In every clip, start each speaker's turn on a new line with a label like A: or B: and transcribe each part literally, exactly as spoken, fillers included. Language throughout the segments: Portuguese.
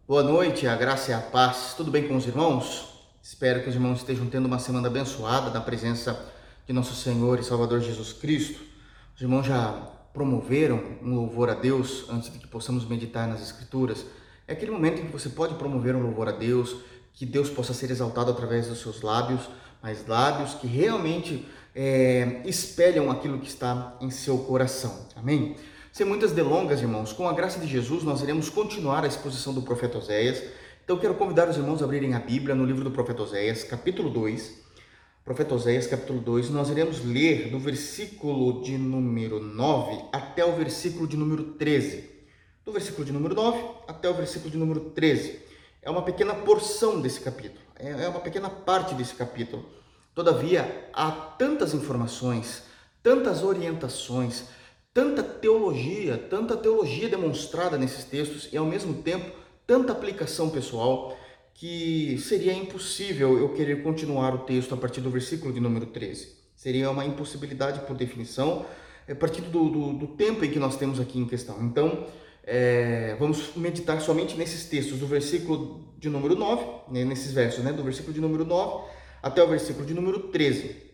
A: Boa noite, a graça e a paz. Tudo bem com os irmãos? Espero que os irmãos estejam tendo uma semana abençoada na presença de nosso Senhor e Salvador Jesus Cristo. Os irmãos já promoveram um louvor a Deus antes de que possamos meditar nas Escrituras. É aquele momento em que você pode promover um louvor a Deus, que Deus possa ser exaltado através dos seus lábios, mas lábios que realmente é, espelham aquilo que está em seu coração. Amém? Sem muitas delongas, irmãos, com a graça de Jesus, nós iremos continuar a exposição do profeta Oséias. Então, quero convidar os irmãos a abrirem a Bíblia no livro do profeta Oséias, capítulo dois. Profeta Oséias, capítulo dois, nós iremos ler do versículo de número nove até o versículo de número treze. Do versículo de número nove até o versículo de número treze. É uma pequena porção desse capítulo, é uma pequena parte desse capítulo. Todavia, há tantas informações, tantas orientações, tanta teologia, tanta teologia demonstrada nesses textos e ao mesmo tempo tanta aplicação pessoal que seria impossível eu querer continuar o texto a partir do versículo de número treze. Seria uma impossibilidade por definição, a partir do, do, do tempo em que nós temos aqui em questão. Então, é, vamos meditar somente nesses textos do versículo de número nove, né, nesses versos, né, do versículo de número nove até o versículo de número treze.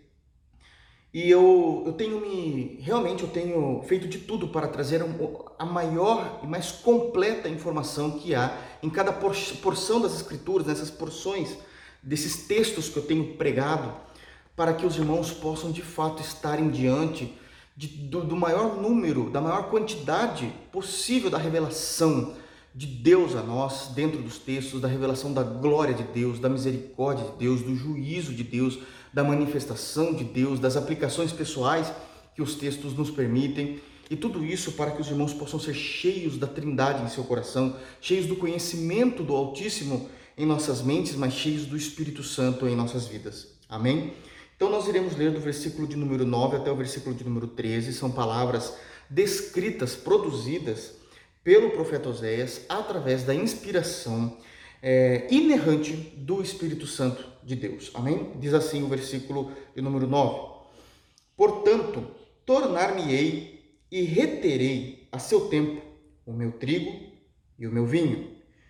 A: E eu, eu tenho me, realmente eu tenho feito de tudo para trazer a maior e mais completa informação que há em cada porção das Escrituras, nessas porções desses textos que eu tenho pregado, para que os irmãos possam de fato estarem diante de, do, do maior número, da maior quantidade possível da revelação de Deus a nós, dentro dos textos, da revelação da glória de Deus, da misericórdia de Deus, do juízo de Deus, da manifestação de Deus, das aplicações pessoais que os textos nos permitem, e tudo isso para que os irmãos possam ser cheios da Trindade em seu coração, cheios do conhecimento do Altíssimo em nossas mentes, mas cheios do Espírito Santo em nossas vidas. Amém? Então nós iremos ler do versículo de número nove até o versículo de número treze, são palavras descritas, produzidas pelo profeta Oséias através da inspiração é, inerrante do Espírito Santo de Deus. Amém? Diz assim o versículo de número nove. Portanto, tornar-me-ei e reterei a seu tempo o meu trigo e o meu vinho,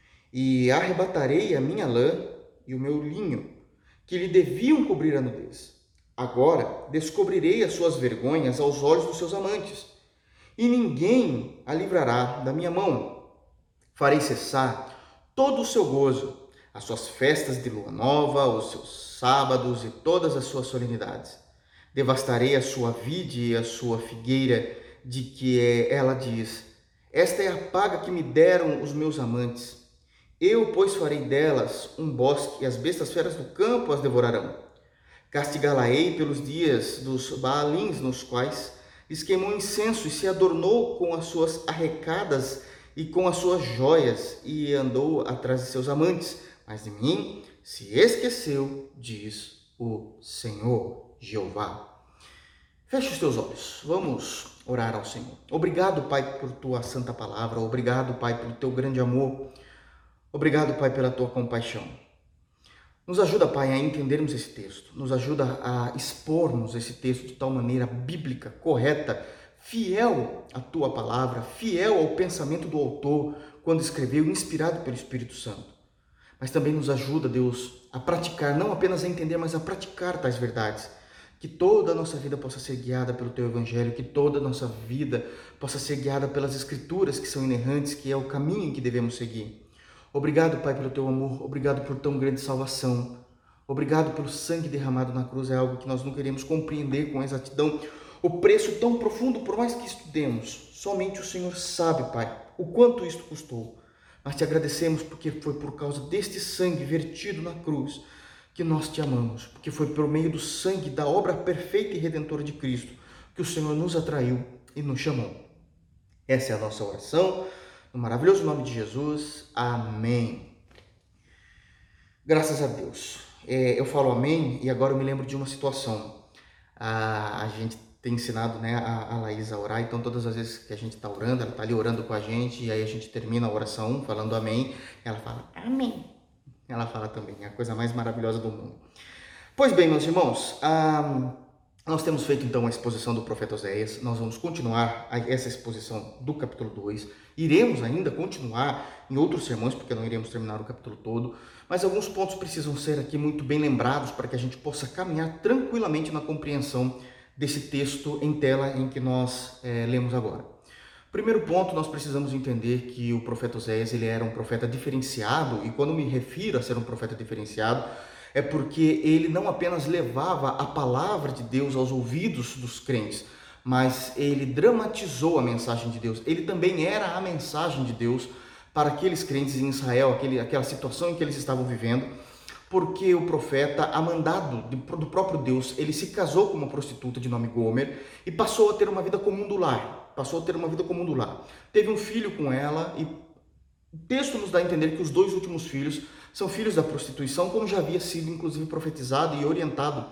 A: e arrebatarei a minha lã e o meu linho, que lhe deviam cobrir a nudez. Agora descobrirei as suas vergonhas aos olhos dos seus amantes, e ninguém a livrará da minha mão. Farei cessar todo o seu gozo, as suas festas de lua nova, os seus sábados e todas as suas solenidades. Devastarei a sua vide e a sua figueira, de que ela diz: esta é a paga que me deram os meus amantes. Eu, pois, farei delas um bosque, e as bestas feras do campo as devorarão. Castigá-la-ei pelos dias dos Baalins, nos quais lhes queimou incenso e se adornou com as suas arrecadas e com as suas joias, e andou atrás de seus amantes, mas de mim se esqueceu, diz o Senhor Jeová. Feche os teus olhos, vamos orar ao Senhor. Obrigado, Pai, por tua santa palavra, obrigado, Pai, pelo teu grande amor, obrigado, Pai, pela tua compaixão. Nos ajuda, Pai, a entendermos esse texto, nos ajuda a expormos esse texto de tal maneira bíblica, correta, fiel à tua palavra, fiel ao pensamento do autor quando escreveu, inspirado pelo Espírito Santo. Mas também nos ajuda, Deus, a praticar, não apenas a entender, mas a praticar tais verdades. Que toda a nossa vida possa ser guiada pelo teu evangelho, que toda a nossa vida possa ser guiada pelas escrituras que são inerrantes, que é o caminho que devemos seguir. Obrigado, Pai, pelo teu amor, obrigado por tão grande salvação, obrigado pelo sangue derramado na cruz, é algo que nós não queremos compreender com exatidão, o preço tão profundo, por mais que estudemos, somente o Senhor sabe, Pai, o quanto isto custou, mas te agradecemos porque foi por causa deste sangue vertido na cruz que nós te amamos, porque foi por meio do sangue da obra perfeita e redentora de Cristo que o Senhor nos atraiu e nos chamou. Essa é a nossa oração, no maravilhoso nome de Jesus, amém. Graças a Deus. É, eu falo amém e agora eu me lembro de uma situação. A, a gente tem ensinado, né, a, a Laís a orar, então todas as vezes que a gente está orando, ela está ali orando com a gente, e aí a gente termina a oração falando amém, ela fala amém. Ela fala também, é a coisa mais maravilhosa do mundo. Pois bem, meus irmãos, a, Nós temos feito então a exposição do profeta Oséias, nós vamos continuar essa exposição do capítulo dois, iremos ainda continuar em outros sermões, porque não iremos terminar o capítulo todo, mas alguns pontos precisam ser aqui muito bem lembrados para que a gente possa caminhar tranquilamente na compreensão desse texto em tela em que nós é, lemos agora. Primeiro ponto, nós precisamos entender que o profeta Oséias ele era um profeta diferenciado, e quando me refiro a ser um profeta diferenciado, é porque ele não apenas levava a palavra de Deus aos ouvidos dos crentes, mas ele dramatizou a mensagem de Deus. Ele também era a mensagem de Deus para aqueles crentes em Israel, aquele, aquela situação em que eles estavam vivendo, porque o profeta, a mandado do próprio Deus, ele se casou com uma prostituta de nome Gomer e passou a ter uma vida comum do lar, passou a ter uma vida comum do lar. Teve um filho com ela e o texto nos dá a entender que os dois últimos filhos são filhos da prostituição, como já havia sido inclusive profetizado e orientado,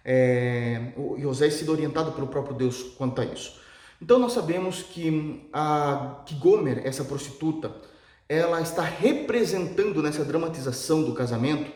A: é, e Oséias sido orientado pelo próprio Deus quanto a isso. Então nós sabemos que, a, que Gomer, essa prostituta, ela está representando nessa dramatização do casamento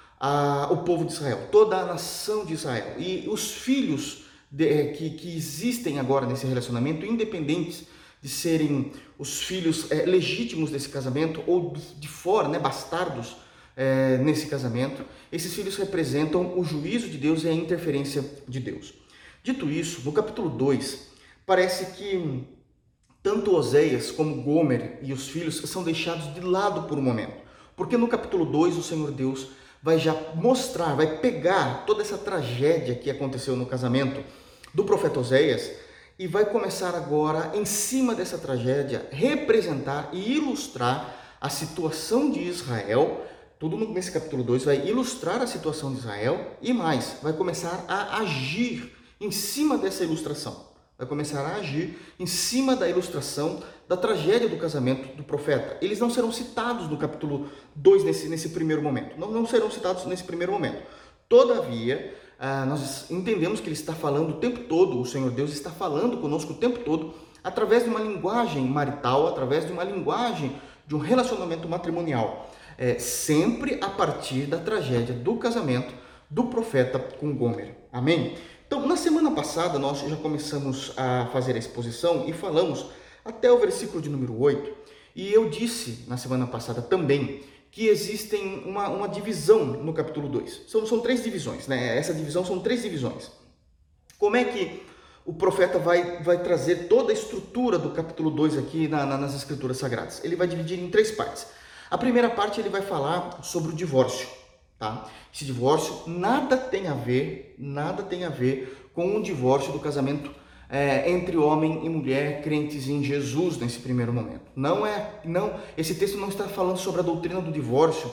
A: a, o povo de Israel, toda a nação de Israel. E os filhos de, que, que existem agora nesse relacionamento, independentes de serem os filhos é, legítimos desse casamento ou de, de fora, né, bastardos, É, nesse casamento, esses filhos representam o juízo de Deus e a interferência de Deus. Dito isso, no capítulo dois, parece que tanto Oséias como Gomer e os filhos são deixados de lado por um momento, porque no capítulo dois o Senhor Deus vai já mostrar, vai pegar toda essa tragédia que aconteceu no casamento do profeta Oséias e vai começar agora, em cima dessa tragédia, representar e ilustrar a situação de Israel. Tudo nesse capítulo dois vai ilustrar a situação de Israel e mais, vai começar a agir em cima dessa ilustração. Vai começar a agir em cima da ilustração da tragédia do casamento do profeta. Eles não serão citados no capítulo dois nesse, nesse primeiro momento. Não, não serão citados nesse primeiro momento. Todavia, ah, nós entendemos que ele está falando o tempo todo, o Senhor Deus está falando conosco o tempo todo, através de uma linguagem marital, através de uma linguagem de um relacionamento matrimonial. É, sempre a partir da tragédia do casamento do profeta com Gomer. Amém? Então, na semana passada, nós já começamos a fazer a exposição e falamos até o versículo de número oito. E eu disse na semana passada também que existem uma, uma divisão no capítulo dois. São, são três divisões, né? Essa divisão são três divisões. Como é que o profeta vai, vai trazer toda a estrutura do capítulo dois aqui na, na, nas Escrituras Sagradas? Ele vai dividir em três partes. A primeira parte ele vai falar sobre o divórcio, tá? Esse divórcio nada tem a ver, nada tem a ver com um divórcio do casamento é, entre homem e mulher crentes em Jesus nesse primeiro momento. Não é, não. Esse texto não está falando sobre a doutrina do divórcio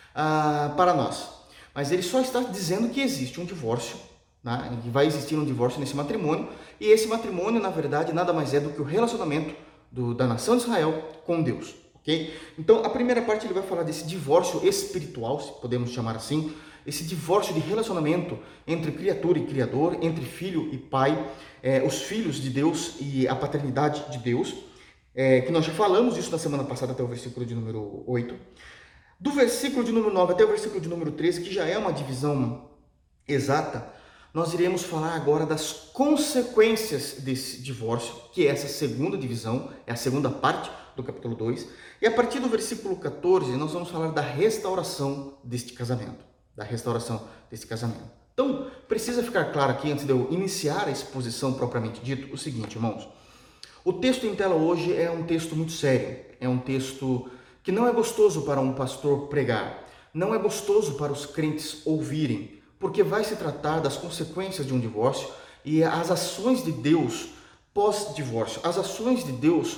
A: ah, para nós, mas ele só está dizendo que existe um divórcio, né? Que vai existir um divórcio nesse matrimônio e esse matrimônio na verdade nada mais é do que o relacionamento do, da nação de Israel com Deus. Okay? Então, a primeira parte ele vai falar desse divórcio espiritual, se podemos chamar assim, esse divórcio de relacionamento entre criatura e criador, entre filho e pai, é, os filhos de Deus e a paternidade de Deus, é, que nós já falamos isso na semana passada até o versículo de número oito. Do versículo de número nove até o versículo de número treze, que já é uma divisão exata, nós iremos falar agora das consequências desse divórcio, que é essa segunda divisão, é a segunda parte do capítulo dois, e a partir do versículo quatorze nós vamos falar da restauração deste casamento, da restauração deste casamento. Então, precisa ficar claro aqui, antes de eu iniciar a exposição propriamente dito, o seguinte, irmãos, o texto em tela hoje é um texto muito sério, é um texto que não é gostoso para um pastor pregar, não é gostoso para os crentes ouvirem, porque vai se tratar das consequências de um divórcio e as ações de Deus pós-divórcio, as ações de Deus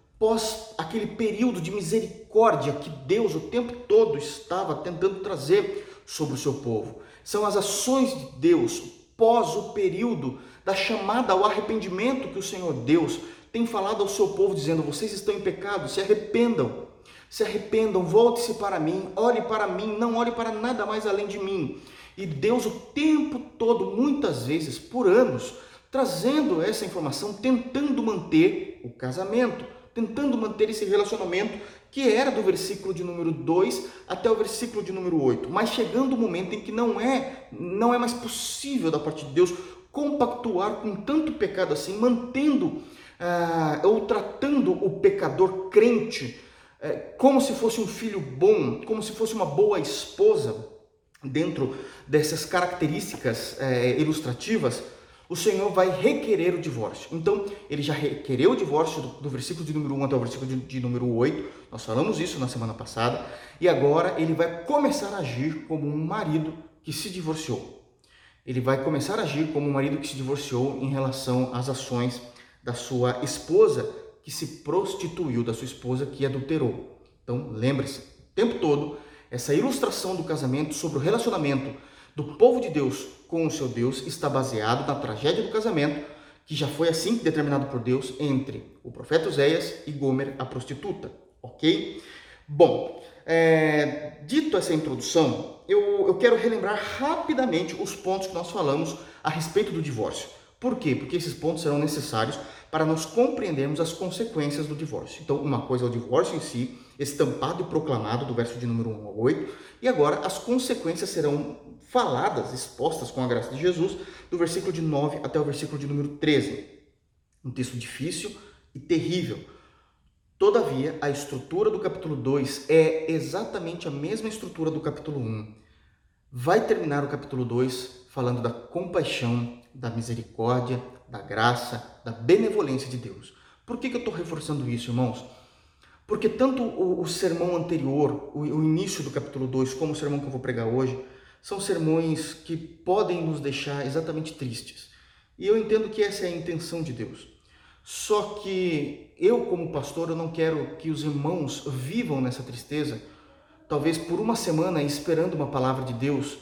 A: pós aquele período de misericórdia que Deus o tempo todo estava tentando trazer sobre o seu povo. São as ações de Deus pós o período da chamada ao arrependimento que o Senhor Deus tem falado ao seu povo, dizendo: vocês estão em pecado, se arrependam, se arrependam, volte-se para mim, olhe para mim, não olhe para nada mais além de mim. E Deus o tempo todo, muitas vezes, por anos, trazendo essa informação, tentando manter o casamento, tentando manter esse relacionamento que era do versículo de número dois até o versículo de número oito. Mas chegando o momento em que não é, não é mais possível da parte de Deus compactuar com tanto pecado assim, mantendo ah, ou tratando o pecador crente eh, como se fosse um filho bom, como se fosse uma boa esposa, dentro dessas características eh, ilustrativas, o Senhor vai requerer o divórcio. Então, ele já requereu o divórcio do, do versículo de número um até o versículo de, de número oito, nós falamos isso na semana passada, e agora ele vai começar a agir como um marido que se divorciou. Ele vai começar a agir como um marido que se divorciou em relação às ações da sua esposa que se prostituiu, da sua esposa que adulterou. Então, lembre-se, o tempo todo, essa ilustração do casamento sobre o relacionamento do povo de Deus com o seu Deus está baseado na tragédia do casamento, que já foi assim determinado por Deus entre o profeta Oséias e Gomer, a prostituta, ok? Bom, é, dito essa introdução, eu, eu quero relembrar rapidamente os pontos que nós falamos a respeito do divórcio. Por quê? Porque esses pontos serão necessários para nós compreendermos as consequências do divórcio. Então, uma coisa é o divórcio em si, estampado e proclamado do verso de número um ao oito, e agora as consequências serão faladas, expostas com a graça de Jesus, do versículo de nove até o versículo de número treze. Um texto difícil e terrível. Todavia, a estrutura do capítulo dois é exatamente a mesma estrutura do capítulo um. Vai terminar o capítulo dois falando da compaixão, da misericórdia, da graça, da benevolência de Deus. Por que que eu estou reforçando isso, irmãos? Porque tanto o, o sermão anterior, o, o início do capítulo dois, como o sermão que eu vou pregar hoje, são sermões que podem nos deixar exatamente tristes. E eu entendo que essa é a intenção de Deus. Só que eu, como pastor, eu não quero que os irmãos vivam nessa tristeza, talvez por uma semana, esperando uma palavra de Deus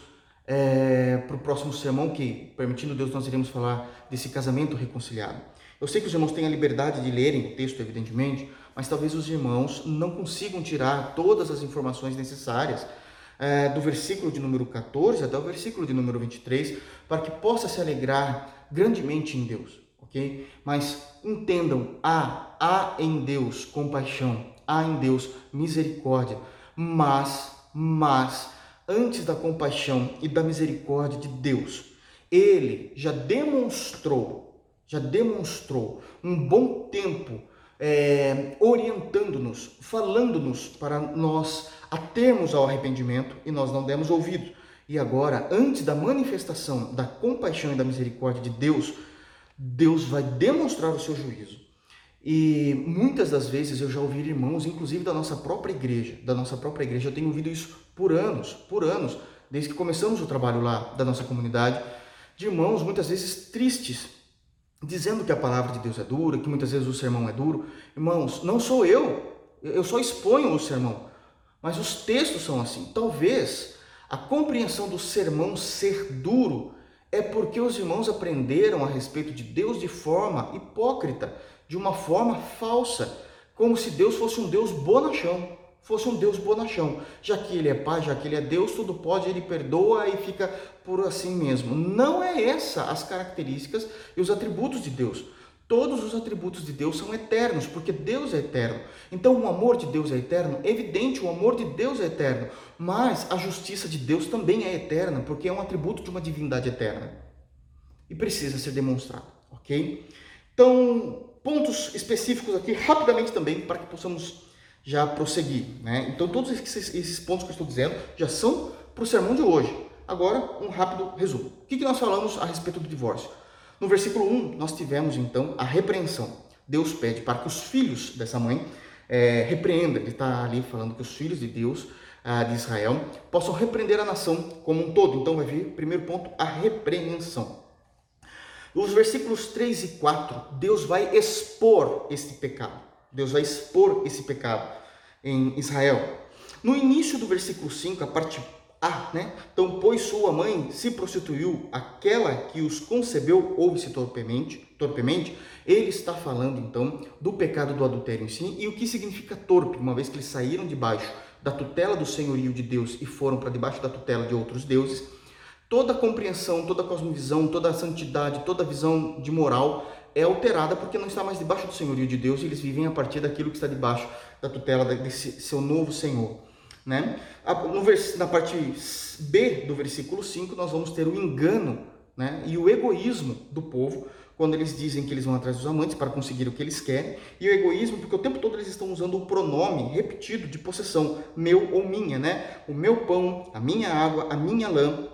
A: é, para o próximo sermão, que, permitindo Deus, nós iremos falar desse casamento reconciliado. Eu sei que os irmãos têm a liberdade de lerem o texto, evidentemente, mas talvez os irmãos não consigam tirar todas as informações necessárias é, do versículo de número quatorze até o versículo de número vinte e três, para que possa se alegrar grandemente em Deus, ok? Mas entendam, há, há em Deus compaixão, há em Deus misericórdia, mas, mas, antes da compaixão e da misericórdia de Deus, Ele já demonstrou, já demonstrou um bom tempo é, orientando-nos, falando-nos para nós atermos ao arrependimento e nós não demos ouvido. E agora, antes da manifestação da compaixão e da misericórdia de Deus, Deus vai demonstrar o seu juízo. E muitas das vezes eu já ouvi irmãos, inclusive da nossa própria igreja, da nossa própria igreja, eu tenho ouvido isso por anos, por anos, desde que começamos o trabalho lá da nossa comunidade, de irmãos muitas vezes tristes, dizendo que a palavra de Deus é dura, que muitas vezes o sermão é duro. Irmãos, não sou eu, eu só exponho o sermão, mas os textos são assim. Talvez a compreensão do sermão ser duro é porque os irmãos aprenderam a respeito de Deus de forma hipócrita, de uma forma falsa, como se Deus fosse um Deus bonachão, fosse um Deus bonachão. Já que Ele é Pai, já que Ele é Deus, tudo pode, Ele perdoa e fica por assim mesmo. Não é essa as características e os atributos de Deus. Todos os atributos de Deus são eternos, porque Deus é eterno. Então o amor de Deus é eterno, é evidente, o amor de Deus é eterno, mas a justiça de Deus também é eterna, porque é um atributo de uma divindade eterna e precisa ser demonstrado, ok? Então, pontos específicos aqui, rapidamente também, para que possamos já prosseguir, né? Então, todos esses, esses pontos que eu estou dizendo já são para o sermão de hoje. Agora, um rápido resumo. O que, que nós falamos a respeito do divórcio? No versículo um, nós tivemos, então, a repreensão. Deus pede para que os filhos dessa mãe é, repreendam. Ele está ali falando que os filhos de Deus, ah, de Israel, possam repreender a nação como um todo. Então, vai vir, primeiro ponto, a repreensão. Os versículos três e quatro, Deus vai expor esse pecado. Deus vai expor esse pecado em Israel. No início do versículo cinco, a parte A, né? Então, pois sua mãe se prostituiu, aquela que os concebeu ouve-se torpemente, torpemente, ele está falando, então, do pecado do adultério em si e o que significa torpe, uma vez que eles saíram debaixo da tutela do senhorio de Deus e foram para debaixo da tutela de outros deuses. Toda a compreensão, toda a cosmovisão, toda a santidade, toda a visão de moral é alterada porque não está mais debaixo do senhorio de Deus e eles vivem a partir daquilo que está debaixo da tutela desse seu novo Senhor, né? No vers... Na parte B do versículo cinco, nós vamos ter o engano né? E o egoísmo do povo, quando eles dizem que eles vão atrás dos amantes para conseguir o que eles querem, e o egoísmo porque o tempo todo eles estão usando o pronome repetido de possessão, meu ou minha, né? O meu pão, a minha água, a minha lã.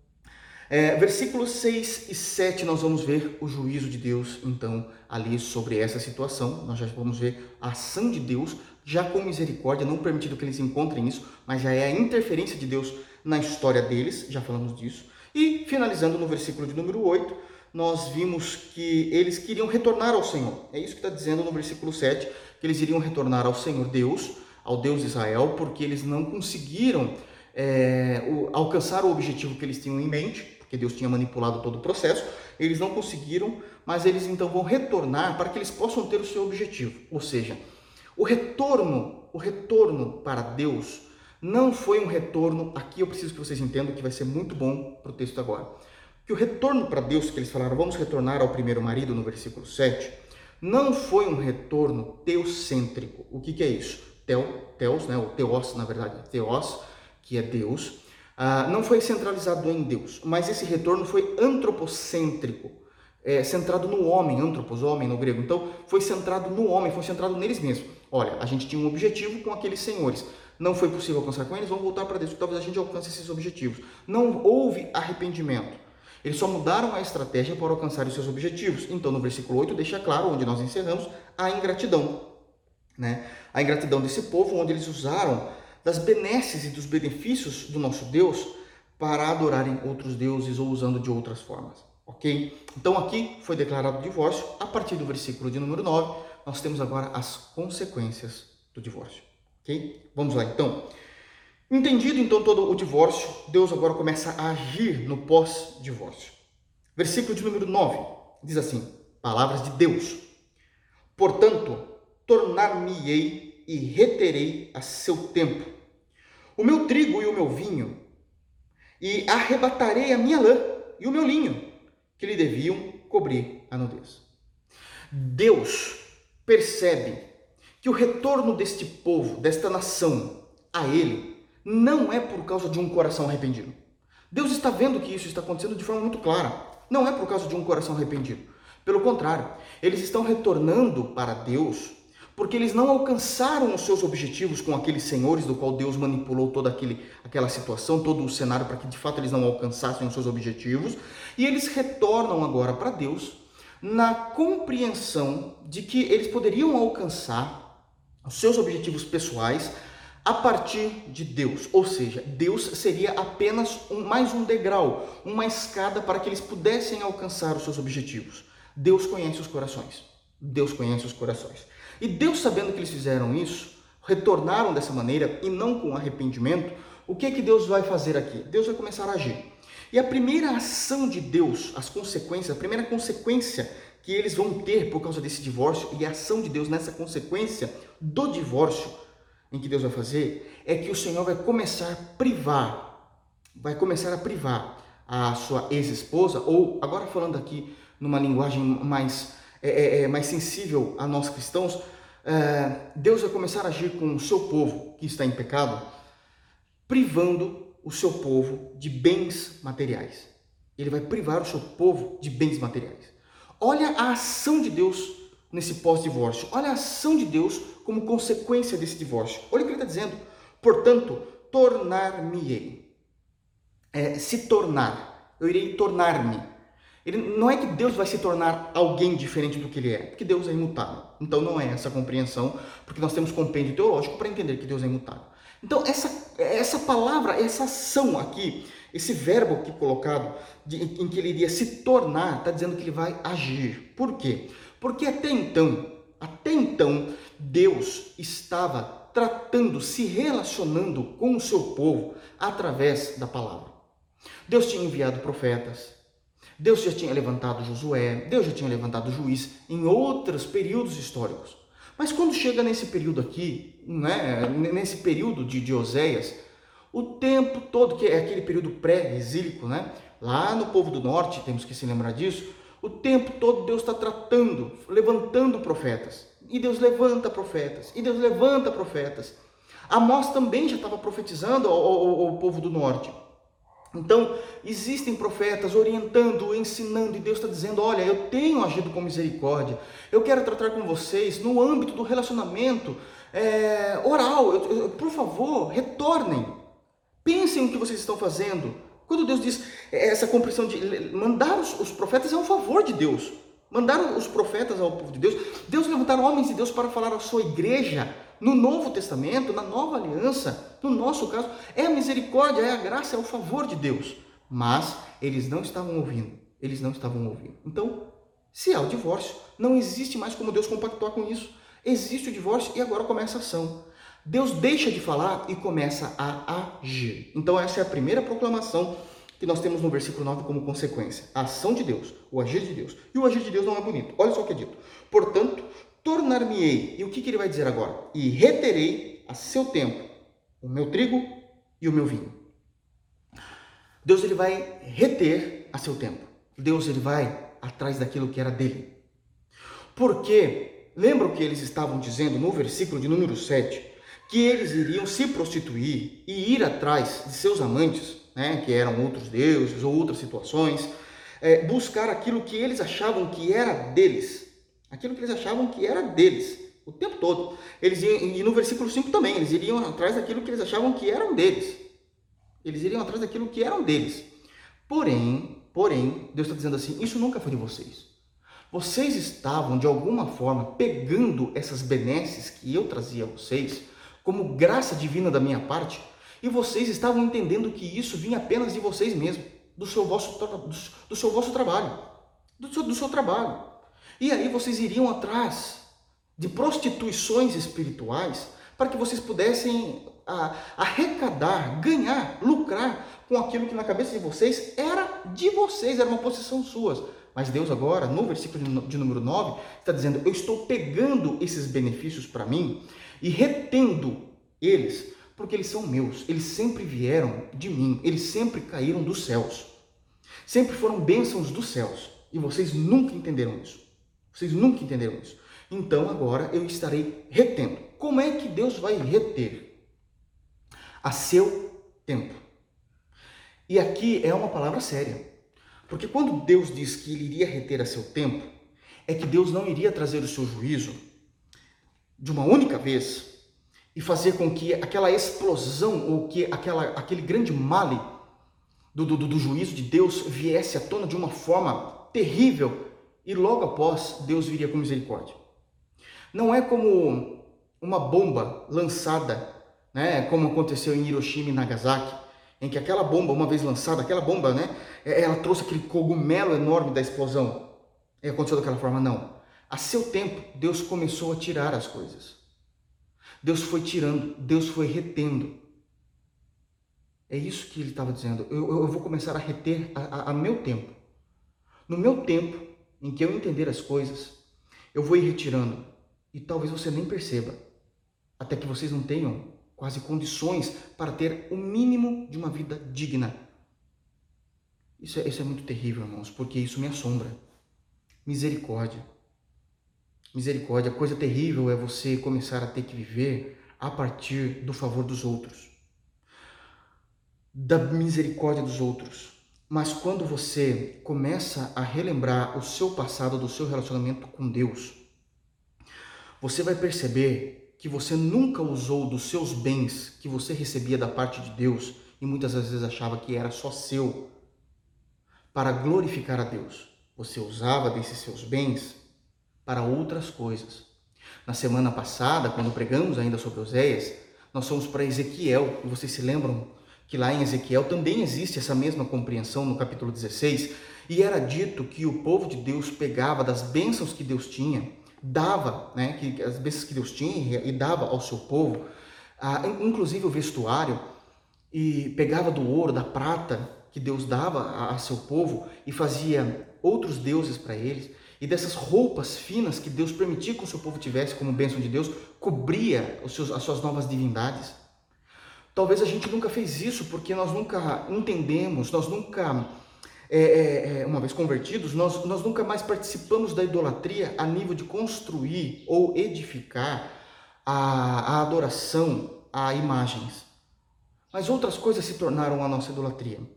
A: É, versículos seis e sete nós vamos ver o juízo de Deus, então, ali sobre essa situação. Nós já vamos ver a ação de Deus, já com misericórdia, não permitindo que eles encontrem isso, mas já é a interferência de Deus na história deles, já falamos disso. E, finalizando no versículo de número oito, nós vimos que eles queriam retornar ao Senhor. É isso que está dizendo no versículo sete, que eles iriam retornar ao Senhor Deus, ao Deus de Israel, porque eles não conseguiram é, o, alcançar o objetivo que eles tinham em mente, porque Deus tinha manipulado todo o processo, eles não conseguiram, mas eles então vão retornar para que eles possam ter o seu objetivo. Ou seja, o retorno, o retorno para Deus não foi um retorno, aqui eu preciso que vocês entendam que vai ser muito bom para o texto agora, que o retorno para Deus, que eles falaram, vamos retornar ao primeiro marido no versículo sete, não foi um retorno teocêntrico. O que, que é isso? Teo, teos, né? O teos, na verdade, teos, que é Deus, ah, não foi centralizado em Deus, mas esse retorno foi antropocêntrico, é, centrado no homem, antropos, homem no grego. Então, foi centrado no homem, foi centrado neles mesmos. Olha, a gente tinha um objetivo com aqueles senhores, não foi possível alcançar com eles, vamos voltar para Deus, talvez a gente alcance esses objetivos. Não houve arrependimento. Eles só mudaram a estratégia para alcançar os seus objetivos. Então, no versículo oito, deixa claro, onde nós encerramos, a ingratidão. Né? A ingratidão desse povo, onde eles usaram das benesses e dos benefícios do nosso Deus para adorarem outros deuses ou usando de outras formas. Ok? Então, aqui foi declarado o divórcio. A partir do versículo de número nove, nós temos agora as consequências do divórcio. Ok? Vamos lá, então. Entendido, então, todo o divórcio, Deus agora começa a agir no pós-divórcio. Versículo de número nove, diz assim, palavras de Deus. Portanto, tornar-me-ei e reterei a seu tempo o meu trigo e o meu vinho, e arrebatarei a minha lã e o meu linho, que lhe deviam cobrir a nudez. Deus percebe que o retorno deste povo, desta nação, a ele, não é por causa de um coração arrependido. Deus está vendo que isso está acontecendo de forma muito clara. Não é por causa de um coração arrependido. Pelo contrário, eles estão retornando para Deus porque eles não alcançaram os seus objetivos com aqueles senhores do qual Deus manipulou toda aquele, aquela situação, todo o cenário para que de fato eles não alcançassem os seus objetivos. E eles retornam agora para Deus na compreensão de que eles poderiam alcançar os seus objetivos pessoais a partir de Deus, ou seja, Deus seria apenas um, mais um degrau, uma escada para que eles pudessem alcançar os seus objetivos. Deus conhece os corações, Deus conhece os corações. E Deus, sabendo que eles fizeram isso, retornaram dessa maneira e não com arrependimento, o que é que Deus vai fazer aqui? Deus vai começar a agir. E a primeira ação de Deus, as consequências, a primeira consequência que eles vão ter por causa desse divórcio e a ação de Deus nessa consequência do divórcio, em que Deus vai fazer, é que o Senhor vai começar a privar, vai começar a privar a sua ex-esposa, ou agora falando aqui numa linguagem mais, é, é, mais sensível a nós cristãos, é, Deus vai começar a agir com o seu povo que está em pecado, privando o seu povo de bens materiais. Ele vai privar o seu povo de bens materiais. Olha a ação de Deus nesse pós-divórcio. Olha a ação de Deus como consequência desse divórcio. Olha o que ele está dizendo. Portanto, tornar-me-ei. É, se tornar. Eu irei tornar-me. Ele, não é que Deus vai se tornar alguém diferente do que ele é, porque Deus é imutável. Então não é essa a compreensão, porque nós temos compêndio teológico para entender que Deus é imutável. Então essa, essa palavra, essa ação aqui, esse verbo aqui colocado, de, em que ele iria se tornar, está dizendo que ele vai agir. Por quê? Porque até então, até então, Deus estava tratando, se relacionando com o seu povo através da palavra. Deus tinha enviado profetas, Deus já tinha levantado Josué, Deus já tinha levantado juiz em outros períodos históricos. Mas quando chega nesse período aqui, né, nesse período de, de Oséias, o tempo todo, que é aquele período pré-exílico, né, lá no povo do norte, temos que se lembrar disso, o tempo todo Deus está tratando, levantando profetas. E Deus levanta profetas, e Deus levanta profetas. Amós também já estava profetizando ao, ao, ao povo do norte. Então, existem profetas orientando, ensinando, e Deus está dizendo, olha, eu tenho agido com misericórdia, eu quero tratar com vocês no âmbito do relacionamento é, oral, eu, eu, por favor, retornem, pensem o que vocês estão fazendo. Quando Deus diz essa compreensão de mandar os, os profetas é um favor de Deus, mandar os profetas ao povo de Deus, Deus levantar homens de Deus para falar à sua igreja, no Novo Testamento, na Nova Aliança, no nosso caso, é a misericórdia, é a graça, é o favor de Deus. Mas eles não estavam ouvindo, eles não estavam ouvindo. Então, se há o divórcio, não existe mais como Deus compactuar com isso. Existe o divórcio e agora começa a ação. Deus deixa de falar e começa a agir. Então essa é a primeira proclamação que nós temos no versículo nove como consequência. A ação de Deus, o agir de Deus. E o agir de Deus não é bonito. Olha só o que é dito. Portanto, tornar-me-ei. E o que, que ele vai dizer agora? E reterei a seu tempo o meu trigo e o meu vinho. Deus ele vai reter a seu tempo. Deus ele vai atrás daquilo que era dele. Porque, lembra o que eles estavam dizendo no versículo de número sete? Que eles iriam se prostituir e ir atrás de seus amantes, né, que eram outros deuses ou outras situações, é, buscar aquilo que eles achavam que era deles. Aquilo que eles achavam que era deles, o tempo todo. Eles iam, e no versículo cinco também, eles iriam atrás daquilo que eles achavam que eram deles. Eles iriam atrás daquilo que eram deles. Porém, porém, Deus está dizendo assim, isso nunca foi de vocês. Vocês estavam, de alguma forma, pegando essas benesses que eu trazia a vocês, como graça divina da minha parte, e vocês estavam entendendo que isso vinha apenas de vocês mesmos, do seu vosso, do, do seu vosso trabalho, do seu, do seu trabalho. E aí vocês iriam atrás de prostituições espirituais para que vocês pudessem a, arrecadar, ganhar, lucrar com aquilo que na cabeça de vocês era de vocês, era uma possessão suas. Mas Deus agora, no versículo de número nove, está dizendo, eu estou pegando esses benefícios para mim e retendo eles, porque eles são meus, eles sempre vieram de mim, eles sempre caíram dos céus, sempre foram bênçãos dos céus, e vocês nunca entenderam isso, vocês nunca entenderam isso. Então agora eu estarei retendo. Como é que Deus vai reter? A seu tempo. E aqui é uma palavra séria, porque quando Deus diz que ele iria reter a seu tempo, é que Deus não iria trazer o seu juízo de uma única vez e fazer com que aquela explosão ou que aquela, aquele grande male do, do, do juízo de Deus viesse à tona de uma forma terrível e logo após Deus viria com misericórdia. Não é como uma bomba lançada, né, como aconteceu em Hiroshima e Nagasaki, em que aquela bomba, uma vez lançada, aquela bomba, né, ela trouxe aquele cogumelo enorme da explosão. E aconteceu daquela forma? Não. A seu tempo, Deus começou a tirar as coisas. Deus foi tirando, Deus foi retendo. É isso que ele estava dizendo. Eu, eu vou começar a reter a, a, a meu tempo. No meu tempo, em que eu entender as coisas, eu vou ir retirando. E talvez você nem perceba. Até que vocês não tenham quase condições para ter o mínimo de uma vida digna. Isso é, isso é muito terrível, irmãos, porque isso me assombra. Misericórdia. Misericórdia, coisa terrível é você começar a ter que viver a partir do favor dos outros, da misericórdia dos outros. Mas quando você começa a relembrar o seu passado, do seu relacionamento com Deus, você vai perceber que você nunca usou dos seus bens que você recebia da parte de Deus e muitas vezes achava que era só seu para glorificar a Deus. Você usava desses seus bens para outras coisas. Na semana passada, quando pregamos ainda sobre Oséias, nós fomos para Ezequiel, e vocês se lembram que lá em Ezequiel também existe essa mesma compreensão no capítulo dezesseis, e era dito que o povo de Deus pegava das bênçãos que Deus tinha, dava, né, que as bênçãos que Deus tinha e dava ao seu povo, ah, inclusive o vestuário, e pegava do ouro, da prata que Deus dava a, a seu povo e fazia outros deuses para eles, e dessas roupas finas que Deus permitia que o seu povo tivesse como bênção de Deus, cobria os seus, as suas novas divindades. Talvez a gente nunca fez isso porque nós nunca entendemos, nós nunca, é, é, uma vez convertidos, nós, nós nunca mais participamos da idolatria a nível de construir ou edificar a, a adoração a imagens. Mas outras coisas se tornaram a nossa idolatria.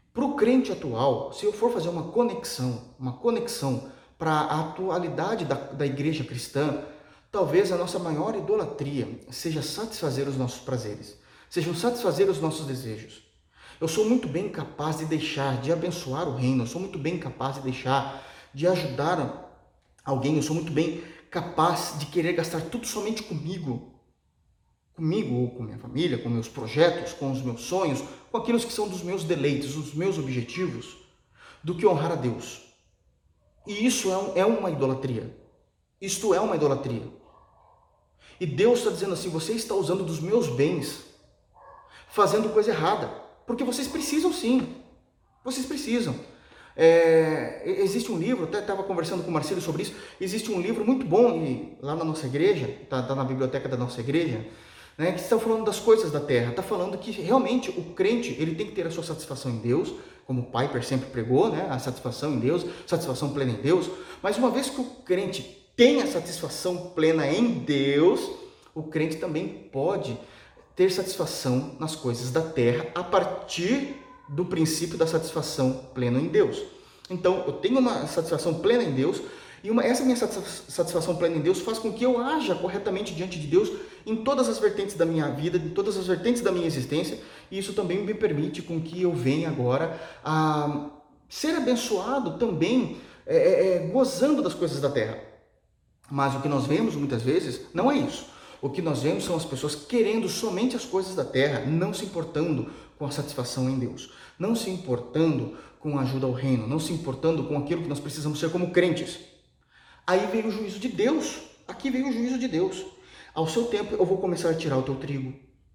A: Para o crente atual, se eu for fazer uma conexão, uma conexão para a atualidade da, da igreja cristã, talvez a nossa maior idolatria seja satisfazer os nossos prazeres, sejam satisfazer os nossos desejos. Eu sou muito bem capaz de deixar, de abençoar o reino, eu sou muito bem capaz de deixar, de ajudar alguém, eu sou muito bem capaz de querer gastar tudo somente comigo, comigo ou com minha família, com meus projetos, com os meus sonhos, com aqueles que são dos meus deleites, os meus objetivos, do que honrar a Deus. E isso é, um, é uma idolatria. Isto é uma idolatria. E Deus está dizendo assim, você está usando dos meus bens, fazendo coisa errada, porque vocês precisam sim, vocês precisam. É, existe um livro, até estava conversando com o Marcelo sobre isso, existe um livro muito bom e, lá na nossa igreja, está tá na biblioteca da nossa igreja, né, que está falando das coisas da terra, está falando que realmente o crente ele tem que ter a sua satisfação em Deus, como o Piper sempre pregou, né, a satisfação em Deus, satisfação plena em Deus, mas uma vez que o crente tem a satisfação plena em Deus, o crente também pode ter satisfação nas coisas da terra a partir do princípio da satisfação plena em Deus. Então, eu tenho uma satisfação plena em Deus, e uma, essa minha satisfação plena em Deus faz com que eu haja corretamente diante de Deus em todas as vertentes da minha vida, em todas as vertentes da minha existência, e isso também me permite com que eu venha agora a ser abençoado também, é, é, gozando das coisas da terra. Mas o que nós vemos muitas vezes não é isso. O que nós vemos são as pessoas querendo somente as coisas da terra, não se importando com a satisfação em Deus, não se importando com a ajuda ao reino, não se importando com aquilo que nós precisamos ser como crentes. Aí veio o juízo de Deus, aqui veio o juízo de Deus. Ao seu tempo eu vou começar a tirar o teu trigo,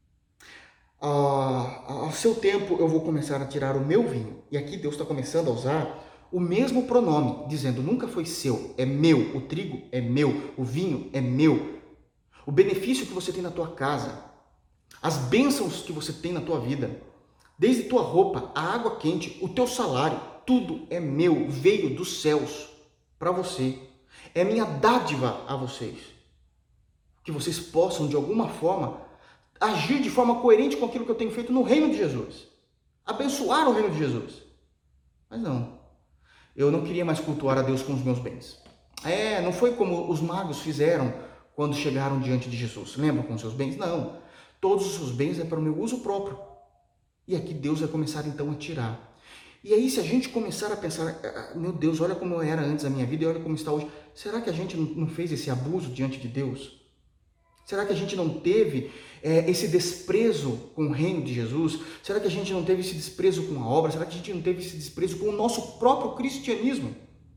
A: ao seu tempo eu vou começar a tirar o meu vinho. E aqui Deus está começando a usar o mesmo pronome, dizendo nunca foi seu, é meu, o trigo é meu, o vinho é meu. O benefício que você tem na tua casa, as bênçãos que você tem na tua vida, desde tua roupa, a água quente, o teu salário, tudo é meu, veio dos céus para você. É minha dádiva a vocês. Que vocês possam, de alguma forma, agir de forma coerente com aquilo que eu tenho feito no reino de Jesus. Abençoar o reino de Jesus. Mas não. Eu não queria mais cultuar a Deus com os meus bens. É, não foi como os magos fizeram quando chegaram diante de Jesus. Lembram com os seus bens? Não. Todos os seus bens é para o meu uso próprio. E aqui Deus vai começar então a tirar. E aí se a gente começar a pensar, meu Deus, olha como eu era antes da minha vida e olha como está hoje. Será que a gente não fez esse abuso diante de Deus? Será que a gente não teve é, esse desprezo com o reino de Jesus? Será que a gente não teve esse desprezo com a obra? Será que a gente não teve esse desprezo com o nosso próprio cristianismo?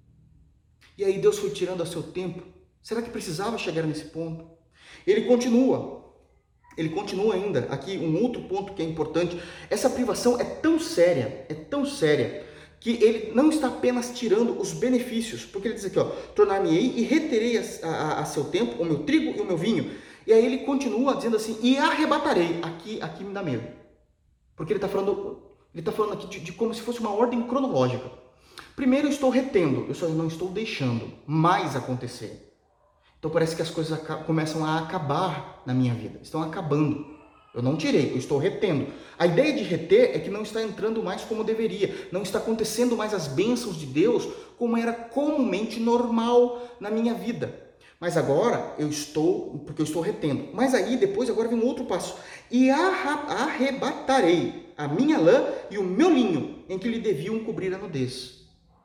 A: E aí Deus foi tirando a seu tempo. Será que precisava chegar nesse ponto? Ele continua. Ele continua ainda. Aqui um outro ponto que é importante. Essa privação é tão séria, é tão séria, que ele não está apenas tirando os benefícios, porque ele diz aqui, ó, tornar-me-ei e reterei a, a, a seu tempo o meu trigo e o meu vinho. E aí ele continua dizendo assim, e arrebatarei. Aqui, aqui me dá medo. Porque ele está falando, ele está falando aqui de, de como se fosse uma ordem cronológica. Primeiro eu estou retendo, eu só não estou deixando mais acontecer. Então parece que as coisas começam a acabar na minha vida, estão acabando. Eu não tirei, eu estou retendo. A ideia de reter é que não está entrando mais como deveria, não está acontecendo mais as bênçãos de Deus como era comumente normal na minha vida. Mas agora eu estou, porque eu estou retendo. Mas aí depois agora vem um outro passo. E arrebatarei a minha lã e o meu linho, em que lhe deviam cobrir a nudez.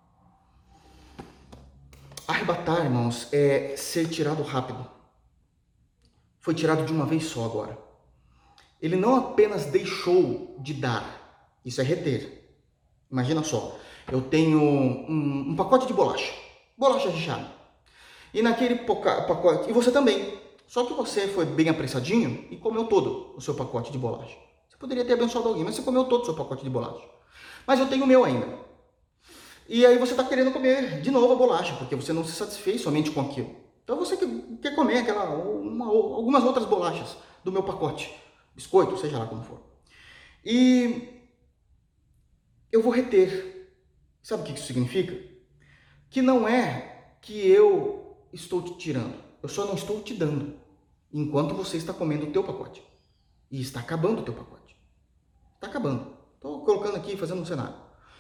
A: Arrebatar, irmãos, é ser tirado rápido. Foi tirado de uma vez só agora. Ele não apenas deixou de dar, isso é reter. Imagina só, eu tenho um, um pacote de bolacha, bolacha recheada. E naquele pacote, e você também, só que você foi bem apressadinho e comeu todo o seu pacote de bolacha. Você poderia ter abençoado alguém, mas você comeu todo o seu pacote de bolacha. Mas eu tenho o meu ainda. E aí você está querendo comer de novo a bolacha, porque você não se satisfez somente com aquilo. Então você quer comer aquela, uma, algumas outras bolachas do meu pacote. Biscoito, seja lá como for. E eu vou reter. Sabe o que isso significa? Que não é que eu estou te tirando. Eu só não estou te dando. Enquanto você está comendo o teu pacote. E está acabando o teu pacote. Está acabando. Estou colocando aqui, fazendo um cenário.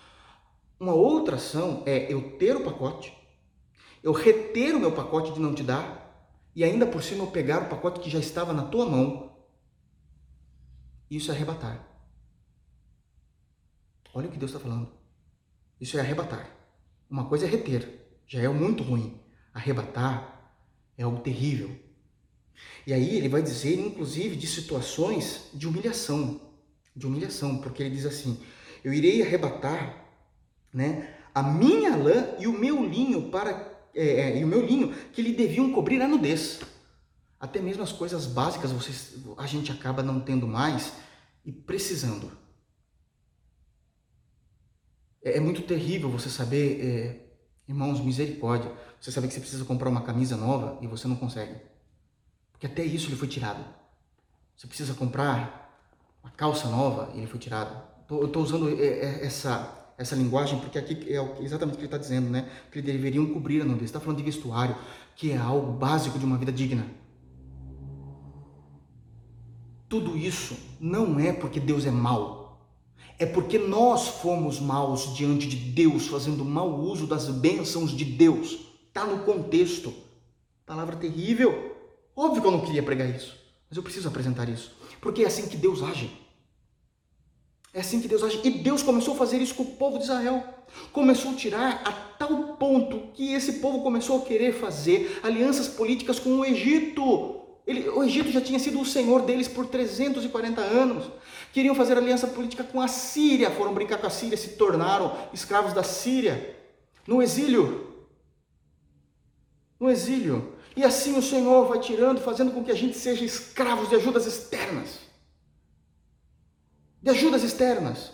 A: Uma outra ação é eu ter o pacote, eu reter o meu pacote de não te dar, e ainda por cima eu pegar o pacote que já estava na tua mão. Isso é arrebatar. Olha o que Deus está falando. Isso é arrebatar. Uma coisa é reter, já é muito ruim. Arrebatar é algo terrível. E aí ele vai dizer, inclusive, de situações de humilhação. De humilhação, porque ele diz assim, eu irei arrebatar, né, a minha lã e o meu linho para é, é, e o meu linho que lhe deviam cobrir a nudez. Até mesmo as coisas básicas vocês, a gente acaba não tendo mais e precisando. É, é muito terrível você saber, é, irmãos, misericórdia, você saber que você precisa comprar uma camisa nova e você não consegue. Porque até isso lhe foi tirado. Você precisa comprar uma calça nova e ele foi tirado. Eu estou usando essa... essa linguagem, porque aqui é exatamente o que ele está dizendo, né? Que eles deveriam cobrir a nudez. Está falando de vestuário, que é algo básico de uma vida digna. Tudo isso não é porque Deus é mau. É porque nós fomos maus diante de Deus, fazendo mau uso das bênçãos de Deus. Está no contexto. Palavra terrível. Óbvio que eu não queria pregar isso, mas eu preciso apresentar isso. Porque é assim que Deus age. É assim que Deus age. E Deus começou a fazer isso com o povo de Israel. Começou a tirar a tal ponto que esse povo começou a querer fazer alianças políticas com o Egito. Ele, o Egito já tinha sido o senhor deles por trezentos e quarenta anos. Queriam fazer aliança política com a Síria. Foram brincar com a Síria, se tornaram escravos da Síria. No exílio. No exílio. E assim o Senhor vai tirando, fazendo com que a gente seja escravos de ajudas externas. De ajudas externas,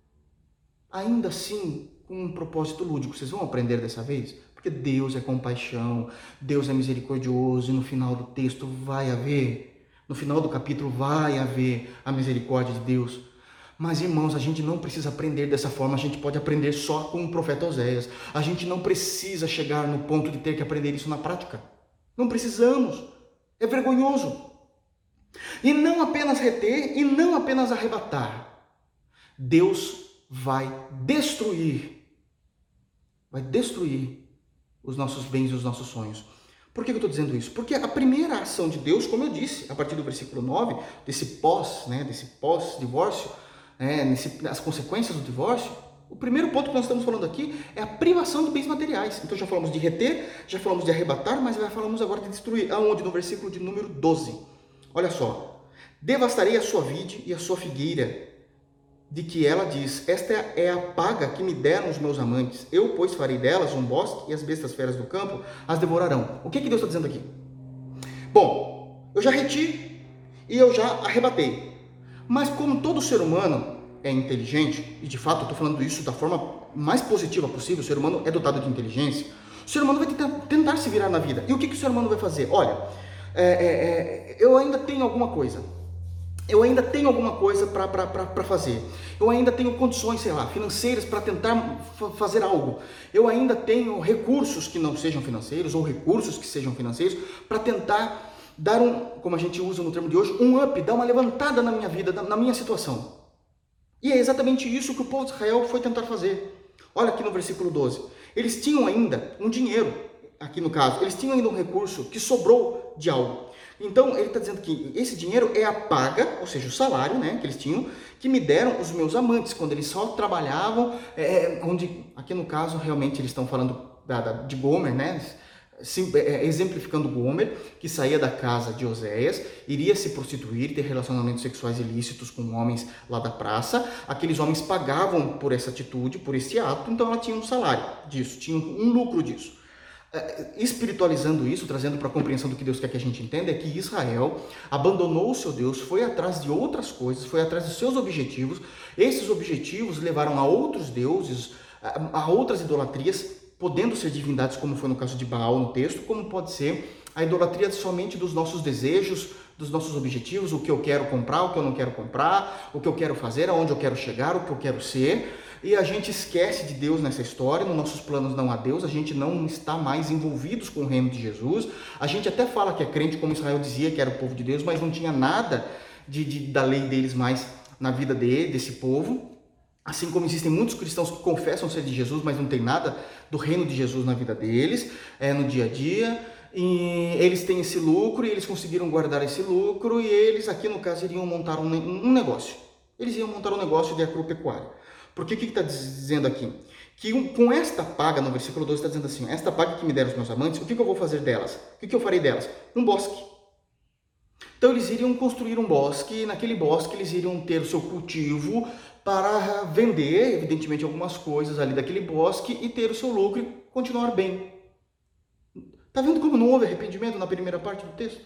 A: ainda assim com um propósito lúdico. Vocês vão aprender dessa vez? Porque Deus é compaixão, Deus é misericordioso, e no final do texto vai haver, no final do capítulo vai haver a misericórdia de Deus. Mas, irmãos, a gente não precisa aprender dessa forma, a gente pode aprender só com o profeta Oséias. A gente não precisa chegar no ponto de ter que aprender isso na prática. Não precisamos, é vergonhoso. E não apenas reter e não apenas arrebatar. Deus vai destruir, vai destruir os nossos bens e os nossos sonhos. Por que eu estou dizendo isso? Porque a primeira ação de Deus, como eu disse, a partir do versículo nove, desse pós, né, desse pós-divórcio, né, nesse, as consequências do divórcio, o primeiro ponto que nós estamos falando aqui é a privação de bens materiais. Então já falamos de reter, já falamos de arrebatar, mas já falamos agora de destruir. Aonde? No versículo de número doze. Olha só, devastarei a sua vide e a sua figueira, de que ela diz, esta é a paga que me deram os meus amantes, eu, pois, farei delas um bosque, e as bestas feras do campo as devorarão. O que, que Deus está dizendo aqui? Bom, eu já reti e eu já arrebatei, mas como todo ser humano é inteligente, e de fato eu estou falando isso da forma mais positiva possível, o ser humano é dotado de inteligência, o ser humano vai tentar, tentar se virar na vida. E o que, que o ser humano vai fazer? Olha, É, é, é, eu ainda tenho alguma coisa, eu ainda tenho alguma coisa para fazer, eu ainda tenho condições, sei lá, financeiras para tentar fazer algo, eu ainda tenho recursos que não sejam financeiros ou recursos que sejam financeiros para tentar dar um, como a gente usa no termo de hoje, um up, dar uma levantada na minha vida, na minha situação. E é exatamente isso que o povo de Israel foi tentar fazer. Olha aqui no versículo doze, eles tinham ainda um dinheiro, aqui no caso, eles tinham ainda um recurso que sobrou de algo. Então, ele está dizendo que esse dinheiro é a paga, ou seja, o salário, né, que eles tinham, que me deram os meus amantes, quando eles só trabalhavam, é, onde, aqui no caso, realmente eles estão falando da, da, de Gomer, né, sim, é, exemplificando Gomer, que saía da casa de Oséias, iria se prostituir, ter relacionamentos sexuais ilícitos com homens lá da praça. Aqueles homens pagavam por essa atitude, por esse ato, então ela tinha um salário disso, tinha um lucro disso. Espiritualizando isso, trazendo para a compreensão do que Deus quer que a gente entenda, é que Israel abandonou o seu Deus, foi atrás de outras coisas, foi atrás dos seus objetivos. Esses objetivos levaram a outros deuses, a outras idolatrias, podendo ser divindades, como foi no caso de Baal no texto, como pode ser a idolatria somente dos nossos desejos, dos nossos objetivos, o que eu quero comprar, o que eu não quero comprar, o que eu quero fazer, aonde eu quero chegar, o que eu quero ser. E a gente esquece de Deus nessa história, nos nossos planos não há Deus, a gente não está mais envolvidos com o reino de Jesus. A gente até fala que é crente, como Israel dizia que era o povo de Deus, mas não tinha nada de, de, da lei deles mais na vida de, desse povo. Assim como existem muitos cristãos que confessam ser de Jesus, mas não tem nada do reino de Jesus na vida deles, é, no dia a dia, e eles têm esse lucro e eles conseguiram guardar esse lucro e eles, aqui no caso, iriam montar um, um negócio. Eles iam montar um negócio de agropecuária. Porque o que está dizendo aqui? Que um, com esta paga, no versículo doze está dizendo assim, esta paga que me deram os meus amantes, o que, que eu vou fazer delas? O que, que eu farei delas? Um bosque. Então eles iriam construir um bosque, e naquele bosque eles iriam ter o seu cultivo para vender, evidentemente, algumas coisas ali daquele bosque e ter o seu lucro e continuar bem. Está vendo como não houve arrependimento na primeira parte do texto?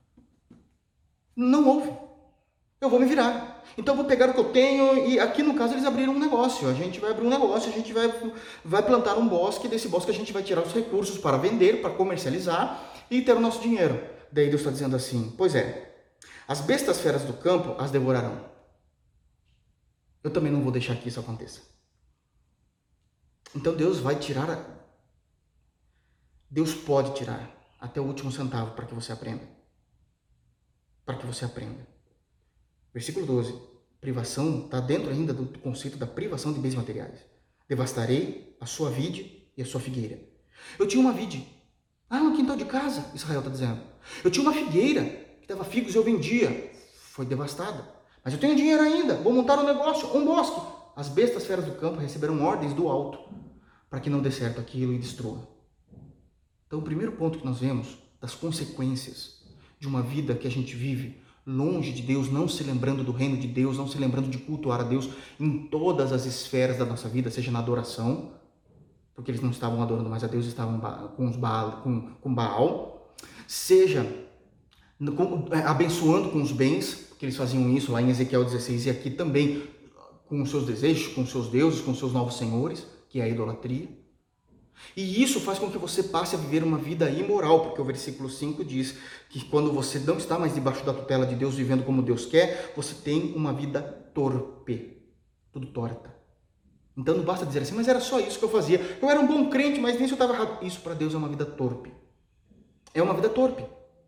A: Não houve. Eu vou me virar. Então eu vou pegar o que eu tenho e aqui no caso eles abriram um negócio. A gente vai abrir um negócio, a gente vai, vai plantar um bosque, desse bosque a gente vai tirar os recursos para vender, para comercializar e ter o nosso dinheiro. Daí Deus está dizendo assim, pois é, as bestas feras do campo as devorarão. Eu também não vou deixar que isso aconteça. Então Deus vai tirar, Deus pode tirar até o último centavo para que você aprenda. Para que você aprenda. Versículo doze, privação, está dentro ainda do conceito da privação de bens materiais. Devastarei a sua vide e a sua figueira. Eu tinha uma vide, ah, no quintal de casa, Israel está dizendo. Eu tinha uma figueira que dava figos e eu vendia, foi devastada. Mas eu tenho dinheiro ainda, vou montar um negócio, um bosque. As bestas feras do campo receberam ordens do alto para que não dê certo aquilo e destrua. Então o primeiro ponto que nós vemos das consequências de uma vida que a gente vive longe de Deus, não se lembrando do reino de Deus, não se lembrando de cultuar a Deus em todas as esferas da nossa vida, seja na adoração, porque eles não estavam adorando mais a Deus, estavam com, os Baal, com, com Baal, seja com, abençoando com os bens, porque eles faziam isso lá em Ezequiel dezesseis e aqui também com os seus desejos, com os seus deuses, com os seus novos senhores, que é a idolatria. E isso faz com que você passe a viver uma vida imoral, porque o versículo cinco diz que quando você não está mais debaixo da tutela de Deus, vivendo como Deus quer, você tem uma vida torpe, tudo torta. Então não basta dizer assim, mas era só isso que eu fazia. Eu era um bom crente, mas nisso eu estava errado. Isso para Deus é uma vida torpe. É uma vida torpe.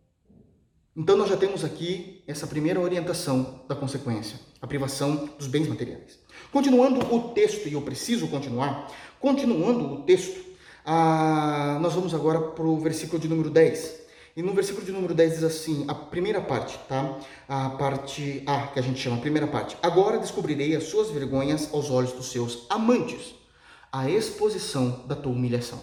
A: Então nós já temos aqui essa primeira orientação da consequência, a privação dos bens materiais. Continuando o texto, e eu preciso continuar, continuando o texto, Ah, nós vamos agora para o versículo de número dez. E no versículo de número dez diz assim, a primeira parte, tá? A parte A, que a gente chama a primeira parte. Agora descobrirei as suas vergonhas aos olhos dos seus amantes, a exposição da tua humilhação.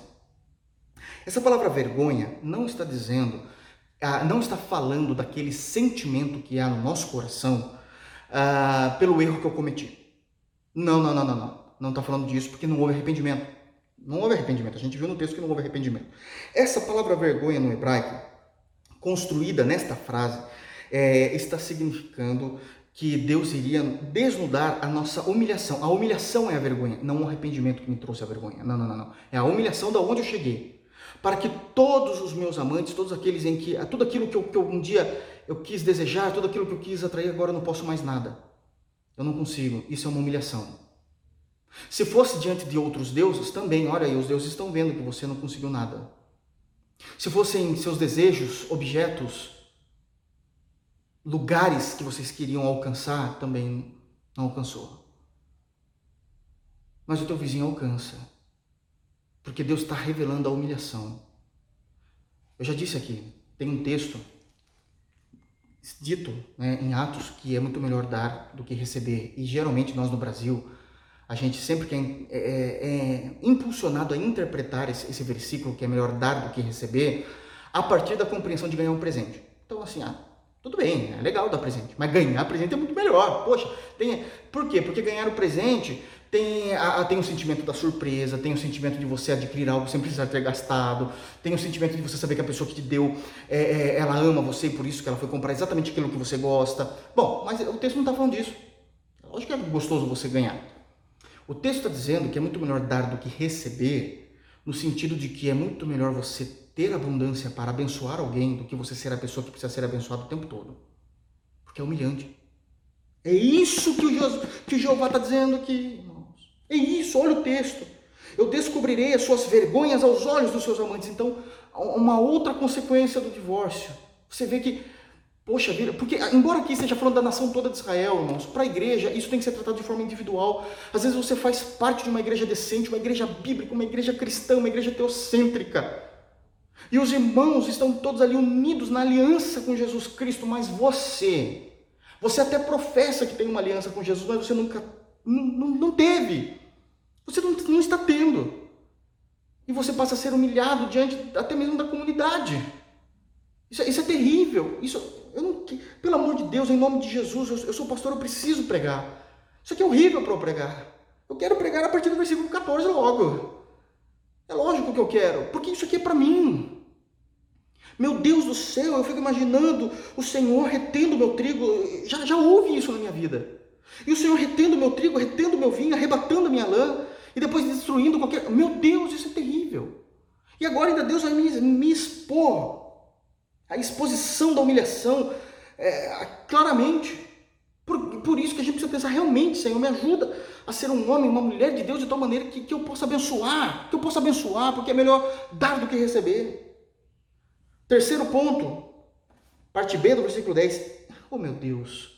A: Essa palavra vergonha não está dizendo, ah, não está falando daquele sentimento que há no nosso coração ah, pelo erro que eu cometi. Não, não, não, não, não. Não está falando disso porque não houve arrependimento. Não houve arrependimento, a gente viu no texto que não houve arrependimento. Essa palavra vergonha no hebraico, construída nesta frase, é, está significando que Deus iria desnudar a nossa humilhação. A humilhação é a vergonha, não o arrependimento que me trouxe a vergonha. Não, não, não, não. É a humilhação da onde eu cheguei. Para que todos os meus amantes, todos aqueles em que, tudo aquilo que, eu, que eu, um dia eu quis desejar, tudo aquilo que eu quis atrair, agora eu não posso mais nada. Eu não consigo, isso é uma humilhação. Se fosse diante de outros deuses, também, olha aí, os deuses estão vendo que você não conseguiu nada. Se fossem seus desejos, objetos, lugares que vocês queriam alcançar, também não alcançou. Mas o teu vizinho alcança, porque Deus está revelando a humilhação. Eu já disse aqui, tem um texto dito, né, em Atos que é muito melhor dar do que receber. E geralmente nós no Brasil, a gente sempre que é, é, é impulsionado a interpretar esse, esse versículo, que é melhor dar do que receber, a partir da compreensão de ganhar um presente. Então, assim, ah, tudo bem, é legal dar presente, mas ganhar presente é muito melhor. Poxa, tem, por quê? Porque ganhar o presente tem, a, tem o sentimento da surpresa, tem o sentimento de você adquirir algo sem precisar ter gastado, tem o sentimento de você saber que a pessoa que te deu, é, é, ela ama você e por isso que ela foi comprar exatamente aquilo que você gosta. Bom, mas o texto não está falando disso. Lógico que é gostoso você ganhar. O texto está dizendo que é muito melhor dar do que receber, no sentido de que é muito melhor você ter abundância para abençoar alguém do que você ser a pessoa que precisa ser abençoada o tempo todo. Porque é humilhante. É isso que o, Jesus, que o Jeová está dizendo aqui, irmãos. É isso, olha o texto. Eu descobrirei as suas vergonhas aos olhos dos seus amantes. Então, uma outra consequência do divórcio. Você vê que Poxa vida, porque embora aqui esteja falando da nação toda de Israel, irmãos, para a igreja isso tem que ser tratado de forma individual. Às vezes você faz parte de uma igreja decente, uma igreja bíblica, uma igreja cristã, uma igreja teocêntrica. E os irmãos estão todos ali unidos na aliança com Jesus Cristo, mas você, você até professa que tem uma aliança com Jesus, mas você nunca, não, não, não teve. Você não, não está tendo. E você passa a ser humilhado diante até mesmo da comunidade. Isso, isso é terrível. Isso, eu não, pelo amor de Deus, em nome de Jesus, eu, eu sou pastor, eu preciso pregar. Isso aqui é horrível para eu pregar. Eu quero pregar a partir do versículo catorze logo. É lógico que eu quero, porque isso aqui é para mim. Meu Deus do céu, eu fico imaginando o Senhor retendo o meu trigo. Já, já houve isso na minha vida. E o Senhor retendo o meu trigo, retendo o meu vinho, arrebatando a minha lã, e depois destruindo qualquer... Meu Deus, isso é terrível. E agora ainda Deus vai me, me expor. A exposição da humilhação, é, claramente. Por, por isso que a gente precisa pensar, realmente, Senhor, me ajuda a ser um homem, uma mulher de Deus de tal maneira que, que eu possa abençoar, que eu possa abençoar, porque é melhor dar do que receber. Terceiro ponto, parte B do versículo dez. Oh, meu Deus.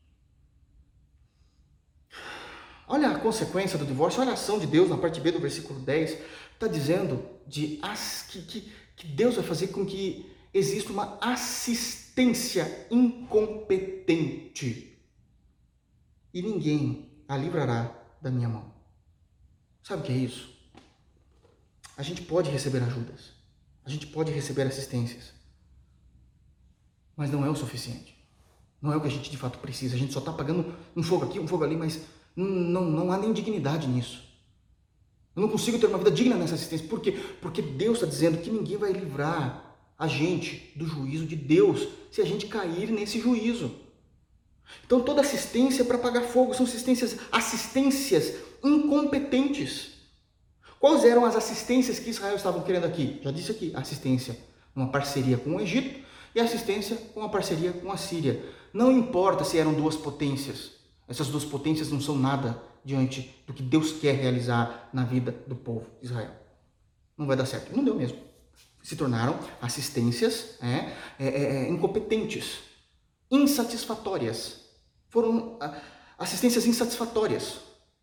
A: Olha a consequência do divórcio, olha a ação de Deus na parte B do versículo dez. Está dizendo de, que, que, que Deus vai fazer com que exista uma assistência incompetente. E ninguém a livrará da minha mão. Sabe o que é isso? A gente pode receber ajudas. A gente pode receber assistências. Mas não é o suficiente. Não é o que a gente de fato precisa. A gente só está pagando um fogo aqui, um fogo ali, mas não, não, não há nem dignidade nisso. Eu não consigo ter uma vida digna nessa assistência. Por quê? Porque Deus está dizendo que ninguém vai livrar a gente do juízo de Deus se a gente cair nesse juízo. Então toda assistência é para apagar fogo, são assistências, assistências incompetentes. Quais eram as assistências que Israel estava querendo aqui? Já disse aqui, assistência, uma parceria com o Egito e assistência com uma parceria com a Síria. Não importa se eram duas potências, essas duas potências não são nada diante do que Deus quer realizar na vida do povo de Israel. Não vai dar certo, não deu mesmo. Se tornaram assistências é, é, é, incompetentes, insatisfatórias. Foram assistências insatisfatórias.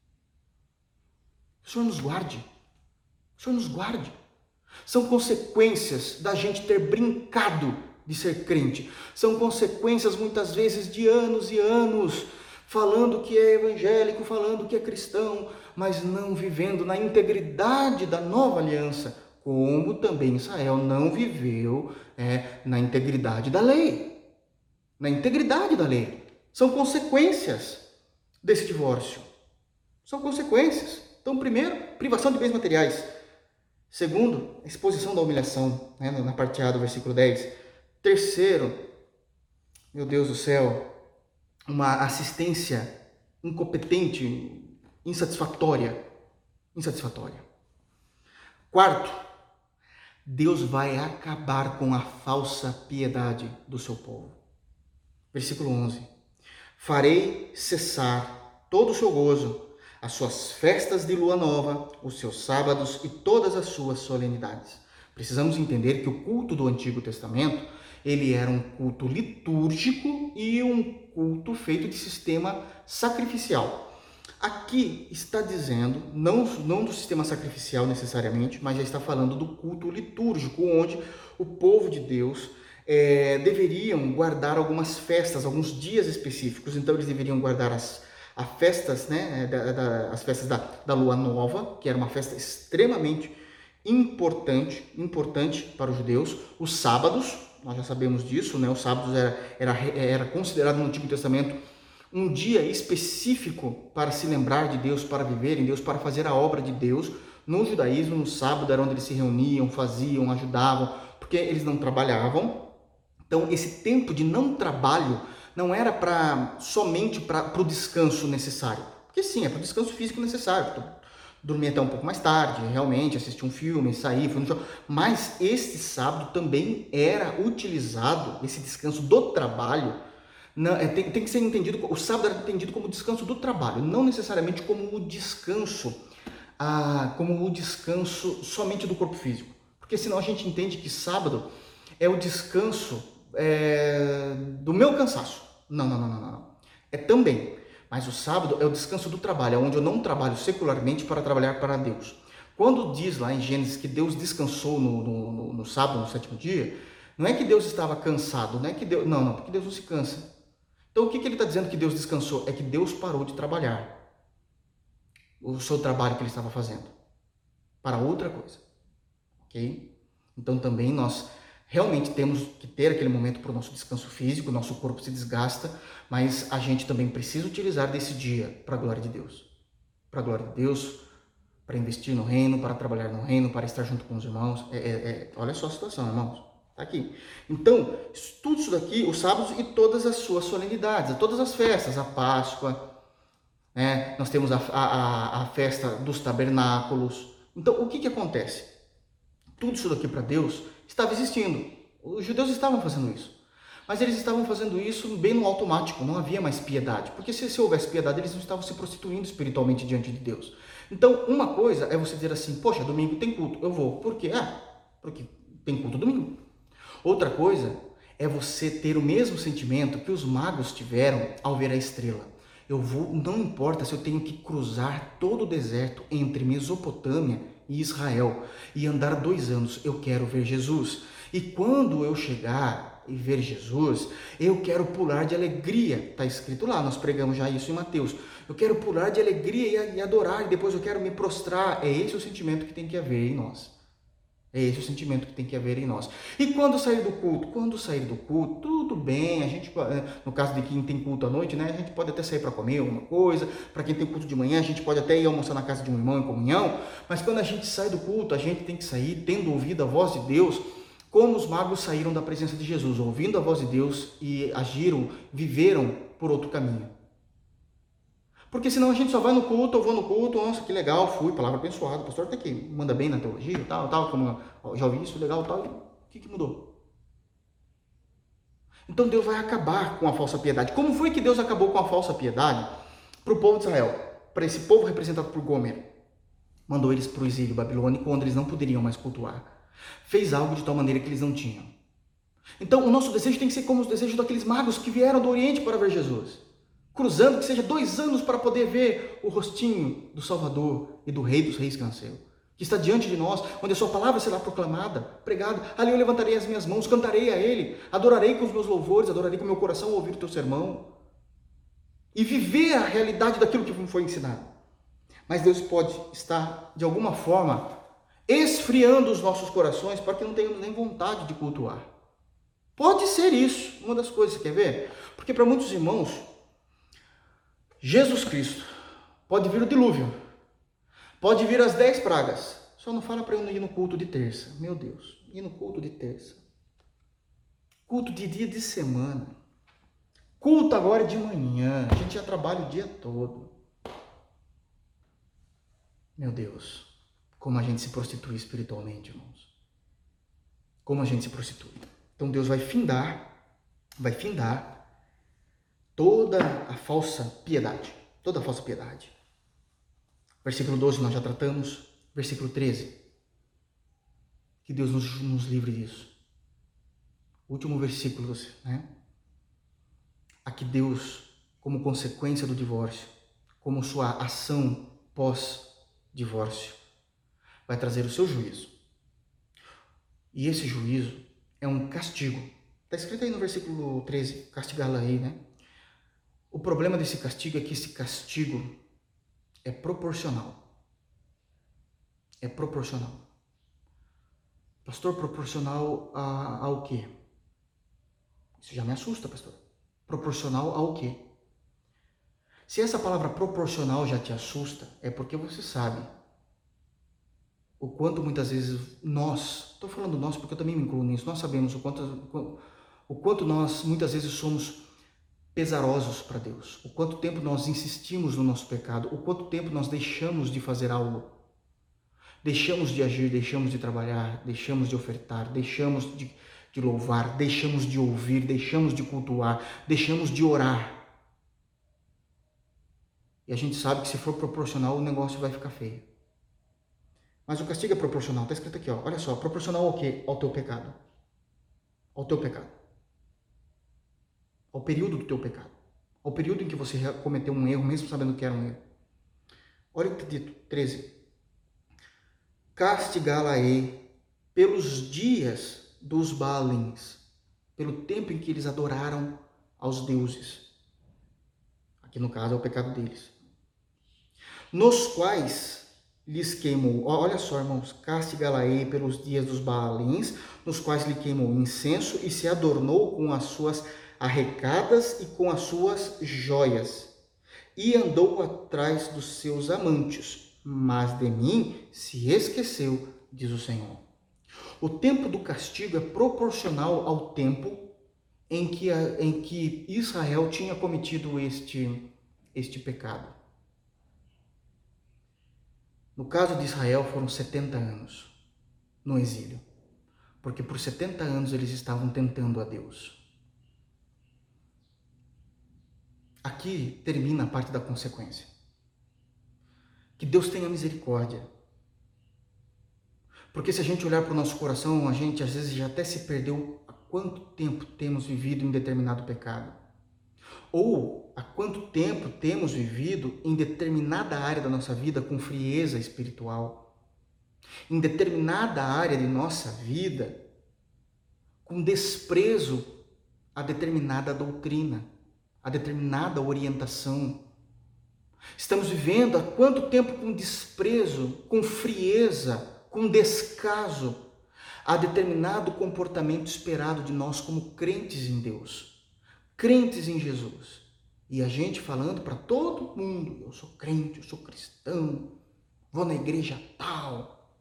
A: O Senhor nos guarde. O Senhor nos guarde. São consequências da gente ter brincado de ser crente. São consequências, muitas vezes, de anos e anos, falando que é evangélico, falando que é cristão, mas não vivendo na integridade da nova aliança, como também Israel não viveu é, na integridade da lei. Na integridade da lei. São consequências desse divórcio. São consequências. Então, primeiro, privação de bens materiais. Segundo, exposição da humilhação, né, na parte A do versículo dez. Terceiro, meu Deus do céu, uma assistência incompetente, insatisfatória. Insatisfatória. Quarto, Deus vai acabar com a falsa piedade do seu povo. Versículo onze. Farei cessar todo o seu gozo, as suas festas de lua nova, os seus sábados e todas as suas solenidades. Precisamos entender que o culto do Antigo Testamento, ele era um culto litúrgico e um culto feito de sistema sacrificial. Aqui está dizendo, não, não do sistema sacrificial necessariamente, mas já está falando do culto litúrgico, onde o povo de Deus é, deveriam guardar algumas festas, alguns dias específicos. Então eles deveriam guardar as As festas, né, da, da, as festas da, da lua nova, que era uma festa extremamente importante, importante para os judeus. Os sábados, nós já sabemos disso, né, os sábados era, era, era considerado no Antigo Testamento um dia específico para se lembrar de Deus, para viver em Deus, para fazer a obra de Deus. No judaísmo, no sábado era onde eles se reuniam, faziam, ajudavam, porque eles não trabalhavam. Então esse tempo de não trabalho não era para somente para o descanso necessário. Porque sim, é para o descanso físico necessário. Dormir até um pouco mais tarde, realmente, assistir um filme, sair, ir no show. Mas este sábado também era utilizado, esse descanso do trabalho, não, é, tem, tem que ser entendido, o sábado era entendido como descanso do trabalho, não necessariamente como o descanso, ah, como o descanso somente do corpo físico. Porque senão a gente entende que sábado é o descanso é, do meu cansaço. Não, não, não, não, não. É também. Mas o sábado é o descanso do trabalho, é onde eu não trabalho secularmente para trabalhar para Deus. Quando diz lá em Gênesis que Deus descansou no, no, no, no sábado, no sétimo dia, não é que Deus estava cansado, não é que Deus, não, não, porque Deus não se cansa. Então o que, que ele está dizendo que Deus descansou? É que Deus parou de trabalhar o seu trabalho que ele estava fazendo para outra coisa, ok? Então também nós realmente temos que ter aquele momento para o nosso descanso físico, o nosso corpo se desgasta, mas a gente também precisa utilizar desse dia para a glória de Deus. Para a glória de Deus, para investir no reino, para trabalhar no reino, para estar junto com os irmãos. É, é, é, olha só a situação, irmãos. Está aqui. Então, tudo isso daqui, os sábados e todas as suas solenidades, todas as festas, a Páscoa, né? Nós temos a, a, a festa dos tabernáculos. Então, o que, que acontece? Tudo isso daqui para Deus estava existindo. Os judeus estavam fazendo isso. Mas eles estavam fazendo isso bem no automático, não havia mais piedade. Porque se, se houvesse piedade, eles não estavam se prostituindo espiritualmente diante de Deus. Então, uma coisa é você dizer assim, poxa, domingo tem culto, eu vou. Por quê? Ah, porque tem culto domingo. Outra coisa é você ter o mesmo sentimento que os magos tiveram ao ver a estrela. Eu vou, não importa se eu tenho que cruzar todo o deserto entre Mesopotâmia e Israel e andar dois anos, eu quero ver Jesus. E quando eu chegar e ver Jesus, eu quero pular de alegria. Está escrito lá, nós pregamos já isso em Mateus. Eu quero pular de alegria e adorar, e depois eu quero me prostrar. É esse o sentimento que tem que haver em nós. É esse o sentimento que tem que haver em nós. E quando sair do culto? Quando sair do culto, tudo bem. A gente, no caso de quem tem culto à noite, né, a gente pode até sair para comer alguma coisa. Para quem tem culto de manhã, a gente pode até ir almoçar na casa de um irmão em comunhão. Mas quando a gente sai do culto, a gente tem que sair tendo ouvido a voz de Deus, como os magos saíram da presença de Jesus, ouvindo a voz de Deus e agiram, viveram por outro caminho. Porque senão a gente só vai no culto, eu vou no culto, nossa, que legal, fui, palavra abençoada, o pastor até que manda bem na teologia e tal, tal, como já ouvi isso, legal, tal, e o que, que mudou? Então Deus vai acabar com a falsa piedade. Como foi que Deus acabou com a falsa piedade para o povo de Israel? Para esse povo representado por Gomer? Mandou eles para o exílio babilônico, onde eles não poderiam mais cultuar. Fez algo de tal maneira que eles não tinham. Então o nosso desejo tem que ser como os desejos daqueles magos que vieram do Oriente para ver Jesus. Cruzando, que seja dois anos para poder ver o rostinho do Salvador e do Rei dos Reis que nasceu, que está diante de nós, onde a sua palavra será proclamada, pregada. Ali eu levantarei as minhas mãos, cantarei a Ele, adorarei com os meus louvores, adorarei com o meu coração ao ouvir o teu sermão. E viver a realidade daquilo que me foi ensinado. Mas Deus pode estar, de alguma forma, esfriando os nossos corações para que não tenhamos nem vontade de cultuar. Pode ser isso, uma das coisas, você quer ver? Porque para muitos irmãos, Jesus Cristo, pode vir o dilúvio, pode vir as dez pragas, só não fala para eu não ir no culto de terça, meu Deus, ir no culto de terça, culto de dia de semana, culto agora de manhã, a gente já trabalha o dia todo, meu Deus, como a gente se prostitui espiritualmente, irmãos, como a gente se prostitui. Então Deus vai findar, vai findar, toda a falsa piedade, toda a falsa piedade. Versículo doze nós já tratamos, versículo treze, que Deus nos, nos livre disso. Último versículo, né? Aqui Deus, como consequência do divórcio, como sua ação pós-divórcio, vai trazer o seu juízo. E esse juízo é um castigo. Está escrito aí no versículo treze, castigá-la aí, né? O problema desse castigo é que esse castigo é proporcional. É proporcional. Pastor, proporcional a, ao quê? Isso já me assusta, pastor. Proporcional ao quê? Se essa palavra proporcional já te assusta, é porque você sabe o quanto muitas vezes nós, estou falando nós porque eu também me incluo nisso, nós sabemos o quanto, o quanto nós muitas vezes somos pesarosos para Deus, o quanto tempo nós insistimos no nosso pecado, o quanto tempo nós deixamos de fazer algo, deixamos de agir, deixamos de trabalhar, deixamos de ofertar, deixamos de, de louvar, deixamos de ouvir, deixamos de cultuar, deixamos de orar. E a gente sabe que se for proporcional o negócio vai ficar feio. Mas o castigo é proporcional, está escrito aqui, ó, olha só, proporcional ao quê? Ao teu pecado. Ao teu pecado. ao período do teu pecado, ao período em que você cometeu um erro, mesmo sabendo que era um erro. Olha o que está dito, treze. Castigá-la-ei pelos dias dos Baalins, pelo tempo em que eles adoraram aos deuses. Aqui no caso é o pecado deles. Nos quais lhes queimou, olha só, irmãos, castigá-la-ei pelos dias dos Baalins, nos quais lhe queimou incenso e se adornou com as suas arrecadas e com as suas joias, e andou atrás dos seus amantes, mas de mim se esqueceu, diz o Senhor. O tempo do castigo é proporcional ao tempo em que, a, em que Israel tinha cometido este, este pecado. No caso de Israel foram setenta anos no exílio, porque por setenta anos eles estavam tentando a Deus. Aqui termina a parte da consequência. Que Deus tenha misericórdia. Porque se a gente olhar para o nosso coração, a gente às vezes já até se perdeu há quanto tempo temos vivido em determinado pecado. Ou há quanto tempo temos vivido em determinada área da nossa vida com frieza espiritual. Em determinada área de nossa vida com desprezo a determinada doutrina, a determinada orientação. Estamos vivendo há quanto tempo com desprezo, com frieza, com descaso a determinado comportamento esperado de nós como crentes em Deus, crentes em Jesus. E a gente falando para todo mundo, eu sou crente, eu sou cristão, vou na igreja tal.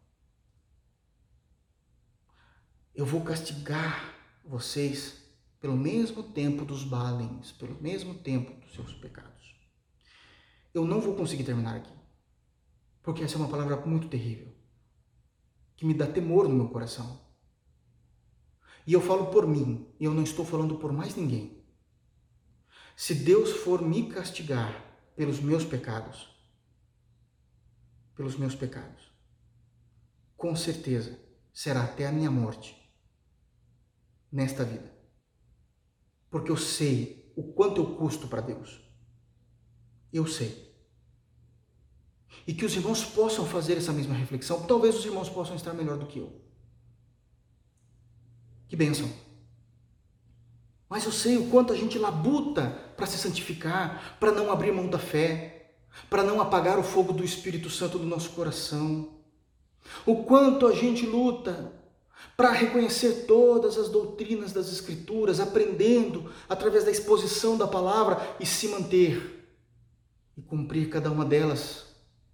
A: Eu vou castigar vocês pelo mesmo tempo dos Baalins, pelo mesmo tempo dos seus pecados. Eu não vou conseguir terminar aqui, porque essa é uma palavra muito terrível, que me dá temor no meu coração. E eu falo por mim, e eu não estou falando por mais ninguém. Se Deus for me castigar pelos meus pecados, pelos meus pecados, com certeza será até a minha morte nesta vida. Porque eu sei o quanto eu custo para Deus. Eu sei. E que os irmãos possam fazer essa mesma reflexão. Talvez os irmãos possam estar melhor do que eu. Que bênção. Mas eu sei o quanto a gente labuta para se santificar, para não abrir mão da fé, para não apagar o fogo do Espírito Santo do nosso coração. O quanto a gente luta para reconhecer todas as doutrinas das Escrituras, aprendendo através da exposição da palavra e se manter e cumprir cada uma delas.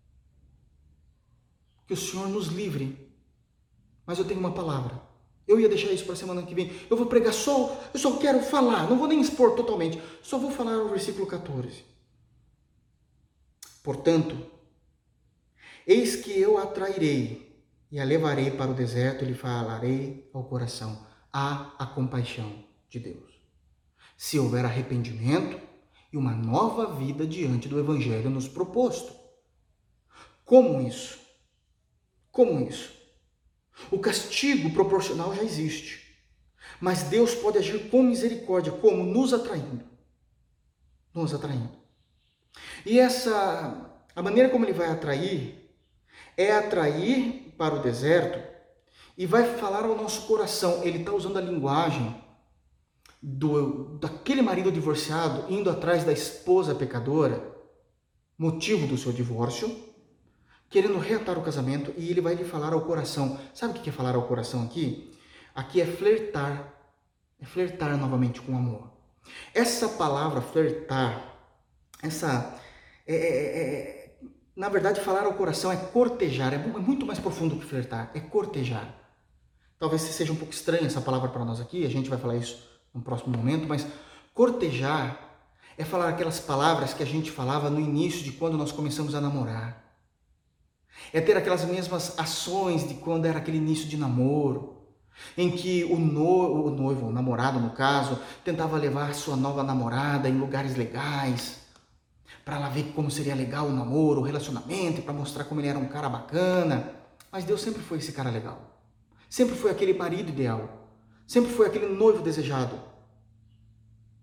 A: Que o Senhor nos livre. Mas eu tenho uma palavra. Eu ia deixar isso para a semana que vem. Eu vou pregar só, eu só quero falar, não vou nem expor totalmente, só vou falar o versículo catorze. Portanto, eis que eu a trairei e a levarei para o deserto e lhe falarei ao coração. Há a compaixão de Deus. Se houver arrependimento e uma nova vida diante do evangelho nos proposto. Como isso? Como isso? O castigo proporcional já existe, mas Deus pode agir com misericórdia, como? Nos atraindo, nos atraindo. E essa, a maneira como ele vai atrair, é atrair para o deserto e vai falar ao nosso coração. Ele está usando a linguagem do, daquele marido divorciado indo atrás da esposa pecadora, motivo do seu divórcio, querendo reatar o casamento, e ele vai lhe falar ao coração. Sabe o que é falar ao coração aqui? Aqui é flertar, é flertar novamente com amor. Essa palavra flertar, essa, é, é, é, na verdade falar ao coração é cortejar, é muito mais profundo que flertar, é cortejar. Talvez seja um pouco estranha essa palavra para nós aqui, a gente vai falar isso no próximo momento, mas cortejar é falar aquelas palavras que a gente falava no início de quando nós começamos a namorar. É ter aquelas mesmas ações de quando era aquele início de namoro, em que o, no, o noivo, o namorado no caso, tentava levar sua nova namorada em lugares legais, para ela ver como seria legal o namoro, o relacionamento, para mostrar como ele era um cara bacana. Mas Deus sempre foi esse cara legal, sempre foi aquele marido ideal, sempre foi aquele noivo desejado.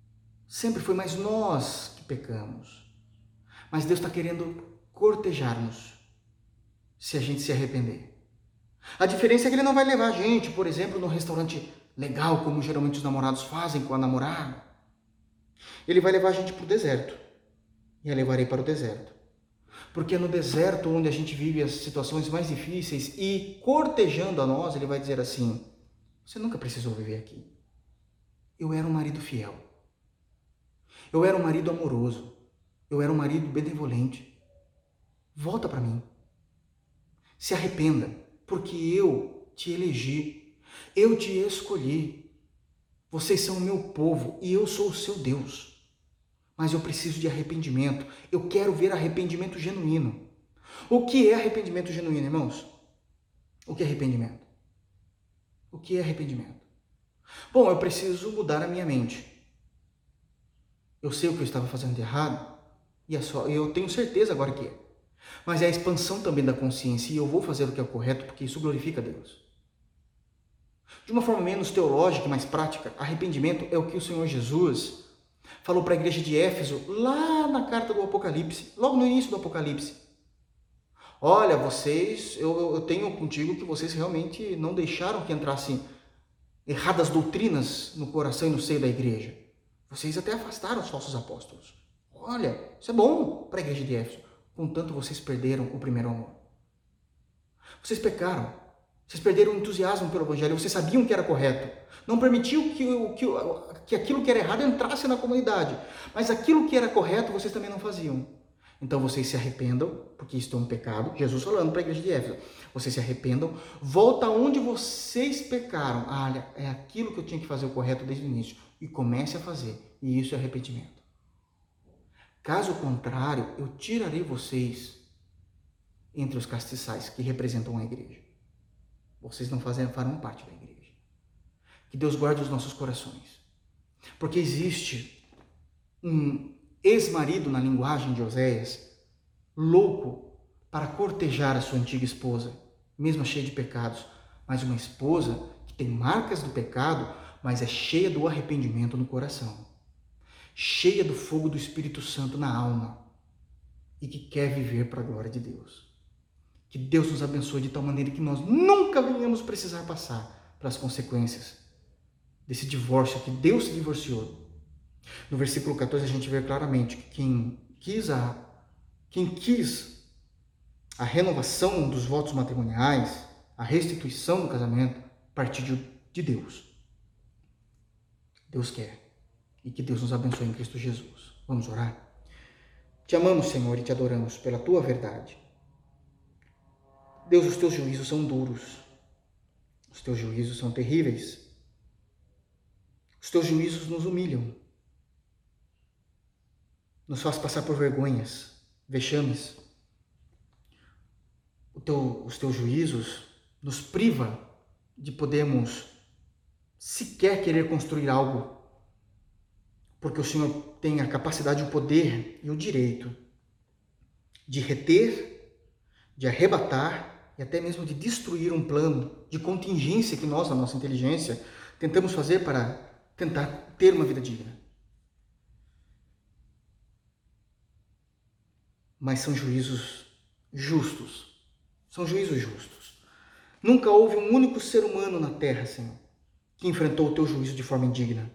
A: Sempre foi mais nós que pecamos. Mas Deus está querendo cortejar-nos se a gente se arrepender. A diferença é que Ele não vai levar a gente, por exemplo, num restaurante legal, como geralmente os namorados fazem com a namorada. Ele vai levar a gente para o deserto. E a levarei para o deserto. Porque é no deserto onde a gente vive as situações mais difíceis e cortejando a nós, Ele vai dizer assim: você nunca precisou viver aqui. Eu era um marido fiel. Eu era um marido amoroso. Eu era um marido benevolente. Volta para mim. Se arrependa, porque eu te elegi. Eu te escolhi. Vocês são o meu povo e eu sou o seu Deus. Mas eu preciso de arrependimento. Eu quero ver arrependimento genuíno. O que é arrependimento genuíno, irmãos? O que é arrependimento? O que é arrependimento? Bom, eu preciso mudar a minha mente. Eu sei o que eu estava fazendo de errado e é só, eu tenho certeza agora que é. Mas é a expansão também da consciência e eu vou fazer o que é o correto porque isso glorifica a Deus. De uma forma menos teológica e mais prática, arrependimento é o que o Senhor Jesus falou para a igreja de Éfeso, lá na carta do Apocalipse, logo no início do Apocalipse. Olha, vocês, eu, eu tenho contigo que vocês realmente não deixaram que entrassem erradas doutrinas no coração e no seio da igreja. Vocês até afastaram os falsos apóstolos. Olha, isso é bom para a igreja de Éfeso. Contanto, vocês perderam o primeiro amor. Vocês pecaram. Vocês perderam o entusiasmo pelo evangelho. Vocês sabiam que era correto. Não permitiu que, que, que aquilo que era errado entrasse na comunidade. Mas aquilo que era correto, vocês também não faziam. Então, vocês se arrependam, porque isso é um pecado. Jesus falando para a igreja de Éfeso. Vocês se arrependam. Volta onde vocês pecaram. Ah, olha, é aquilo que eu tinha que fazer o correto desde o início. E comece a fazer. E isso é arrependimento. Caso contrário, eu tirarei vocês entre os castiçais que representam a igreja. Vocês não fazem, farão parte da igreja. Que Deus guarde os nossos corações. Porque existe um ex-marido na linguagem de Oséias, louco para cortejar a sua antiga esposa, mesmo cheia de pecados, mas uma esposa que tem marcas do pecado, mas é cheia do arrependimento no coração. Cheia do fogo do Espírito Santo na alma e que quer viver para a glória de Deus. Que Deus nos abençoe de tal maneira que nós nunca venhamos precisar passar pelas consequências desse divórcio que Deus se divorciou. No versículo catorze a gente vê claramente que quem quis a, quem quis a renovação dos votos matrimoniais, a restituição do casamento, partiu de Deus. Deus quer. E que Deus nos abençoe em Cristo Jesus. Vamos orar? Te amamos, Senhor, e te adoramos pela tua verdade. Deus, os teus juízos são duros. Os teus juízos são terríveis. Os teus juízos nos humilham. Nos faz passar por vergonhas, vexames. O teu, os teus juízos nos priva de podermos sequer querer construir algo, porque o Senhor tem a capacidade, o poder e o direito de reter, de arrebatar e até mesmo de destruir um plano de contingência que nós, na nossa inteligência, tentamos fazer para tentar ter uma vida digna. Mas são juízos justos. São juízos justos. Nunca houve um único ser humano na terra, Senhor, que enfrentou o teu juízo de forma indigna.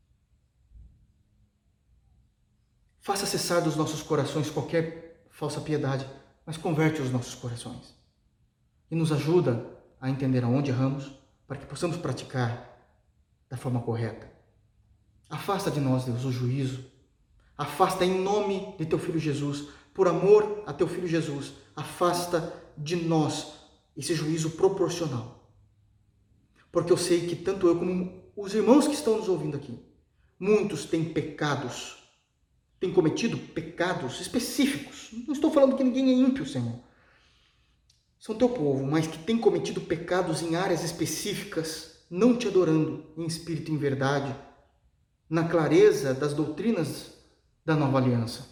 A: Faça cessar dos nossos corações qualquer falsa piedade, mas converte os nossos corações. E nos ajuda a entender aonde erramos, para que possamos praticar da forma correta. Afasta de nós, Deus, o juízo. Afasta em nome de teu Filho Jesus, por amor a teu Filho Jesus, afasta de nós esse juízo proporcional. Porque eu sei que tanto eu como os irmãos que estão nos ouvindo aqui, muitos têm pecados, têm cometido pecados específicos. Não estou falando que ninguém é ímpio, Senhor. São teu povo, mas que têm cometido pecados em áreas específicas, não te adorando em espírito e em verdade, na clareza das doutrinas da nova aliança.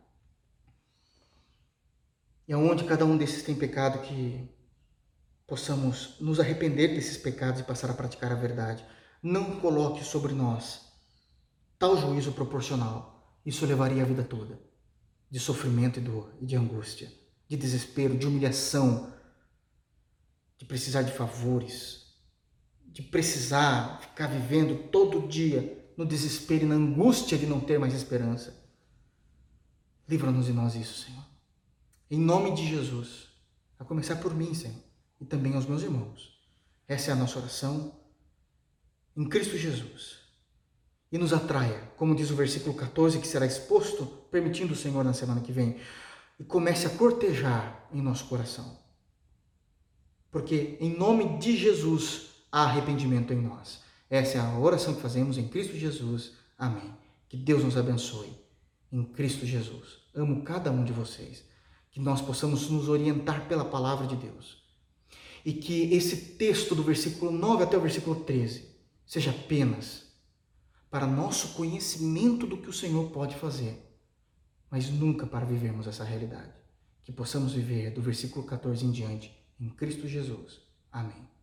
A: E aonde cada um desses tem pecado, que possamos nos arrepender desses pecados e passar a praticar a verdade. Não coloque sobre nós tal juízo proporcional, isso levaria a vida toda de sofrimento e dor, e de angústia, de desespero, de humilhação, de precisar de favores, de precisar ficar vivendo todo dia no desespero e na angústia de não ter mais esperança. Livra-nos de nós isso, Senhor. Em nome de Jesus, a começar por mim, Senhor, e também aos meus irmãos. Essa é a nossa oração em Cristo Jesus. E nos atraia, como diz o versículo quatorze, que será exposto, permitindo o Senhor na semana que vem, e comece a cortejar em nosso coração. Porque em nome de Jesus há arrependimento em nós. Essa é a oração que fazemos em Cristo Jesus. Amém. Que Deus nos abençoe em Cristo Jesus. Amo cada um de vocês. Que nós possamos nos orientar pela palavra de Deus. E que esse texto do versículo nove até o versículo treze seja apenas para nosso conhecimento do que o Senhor pode fazer, mas nunca para vivermos essa realidade. Que possamos viver do versículo quatorze em diante, em Cristo Jesus. Amém.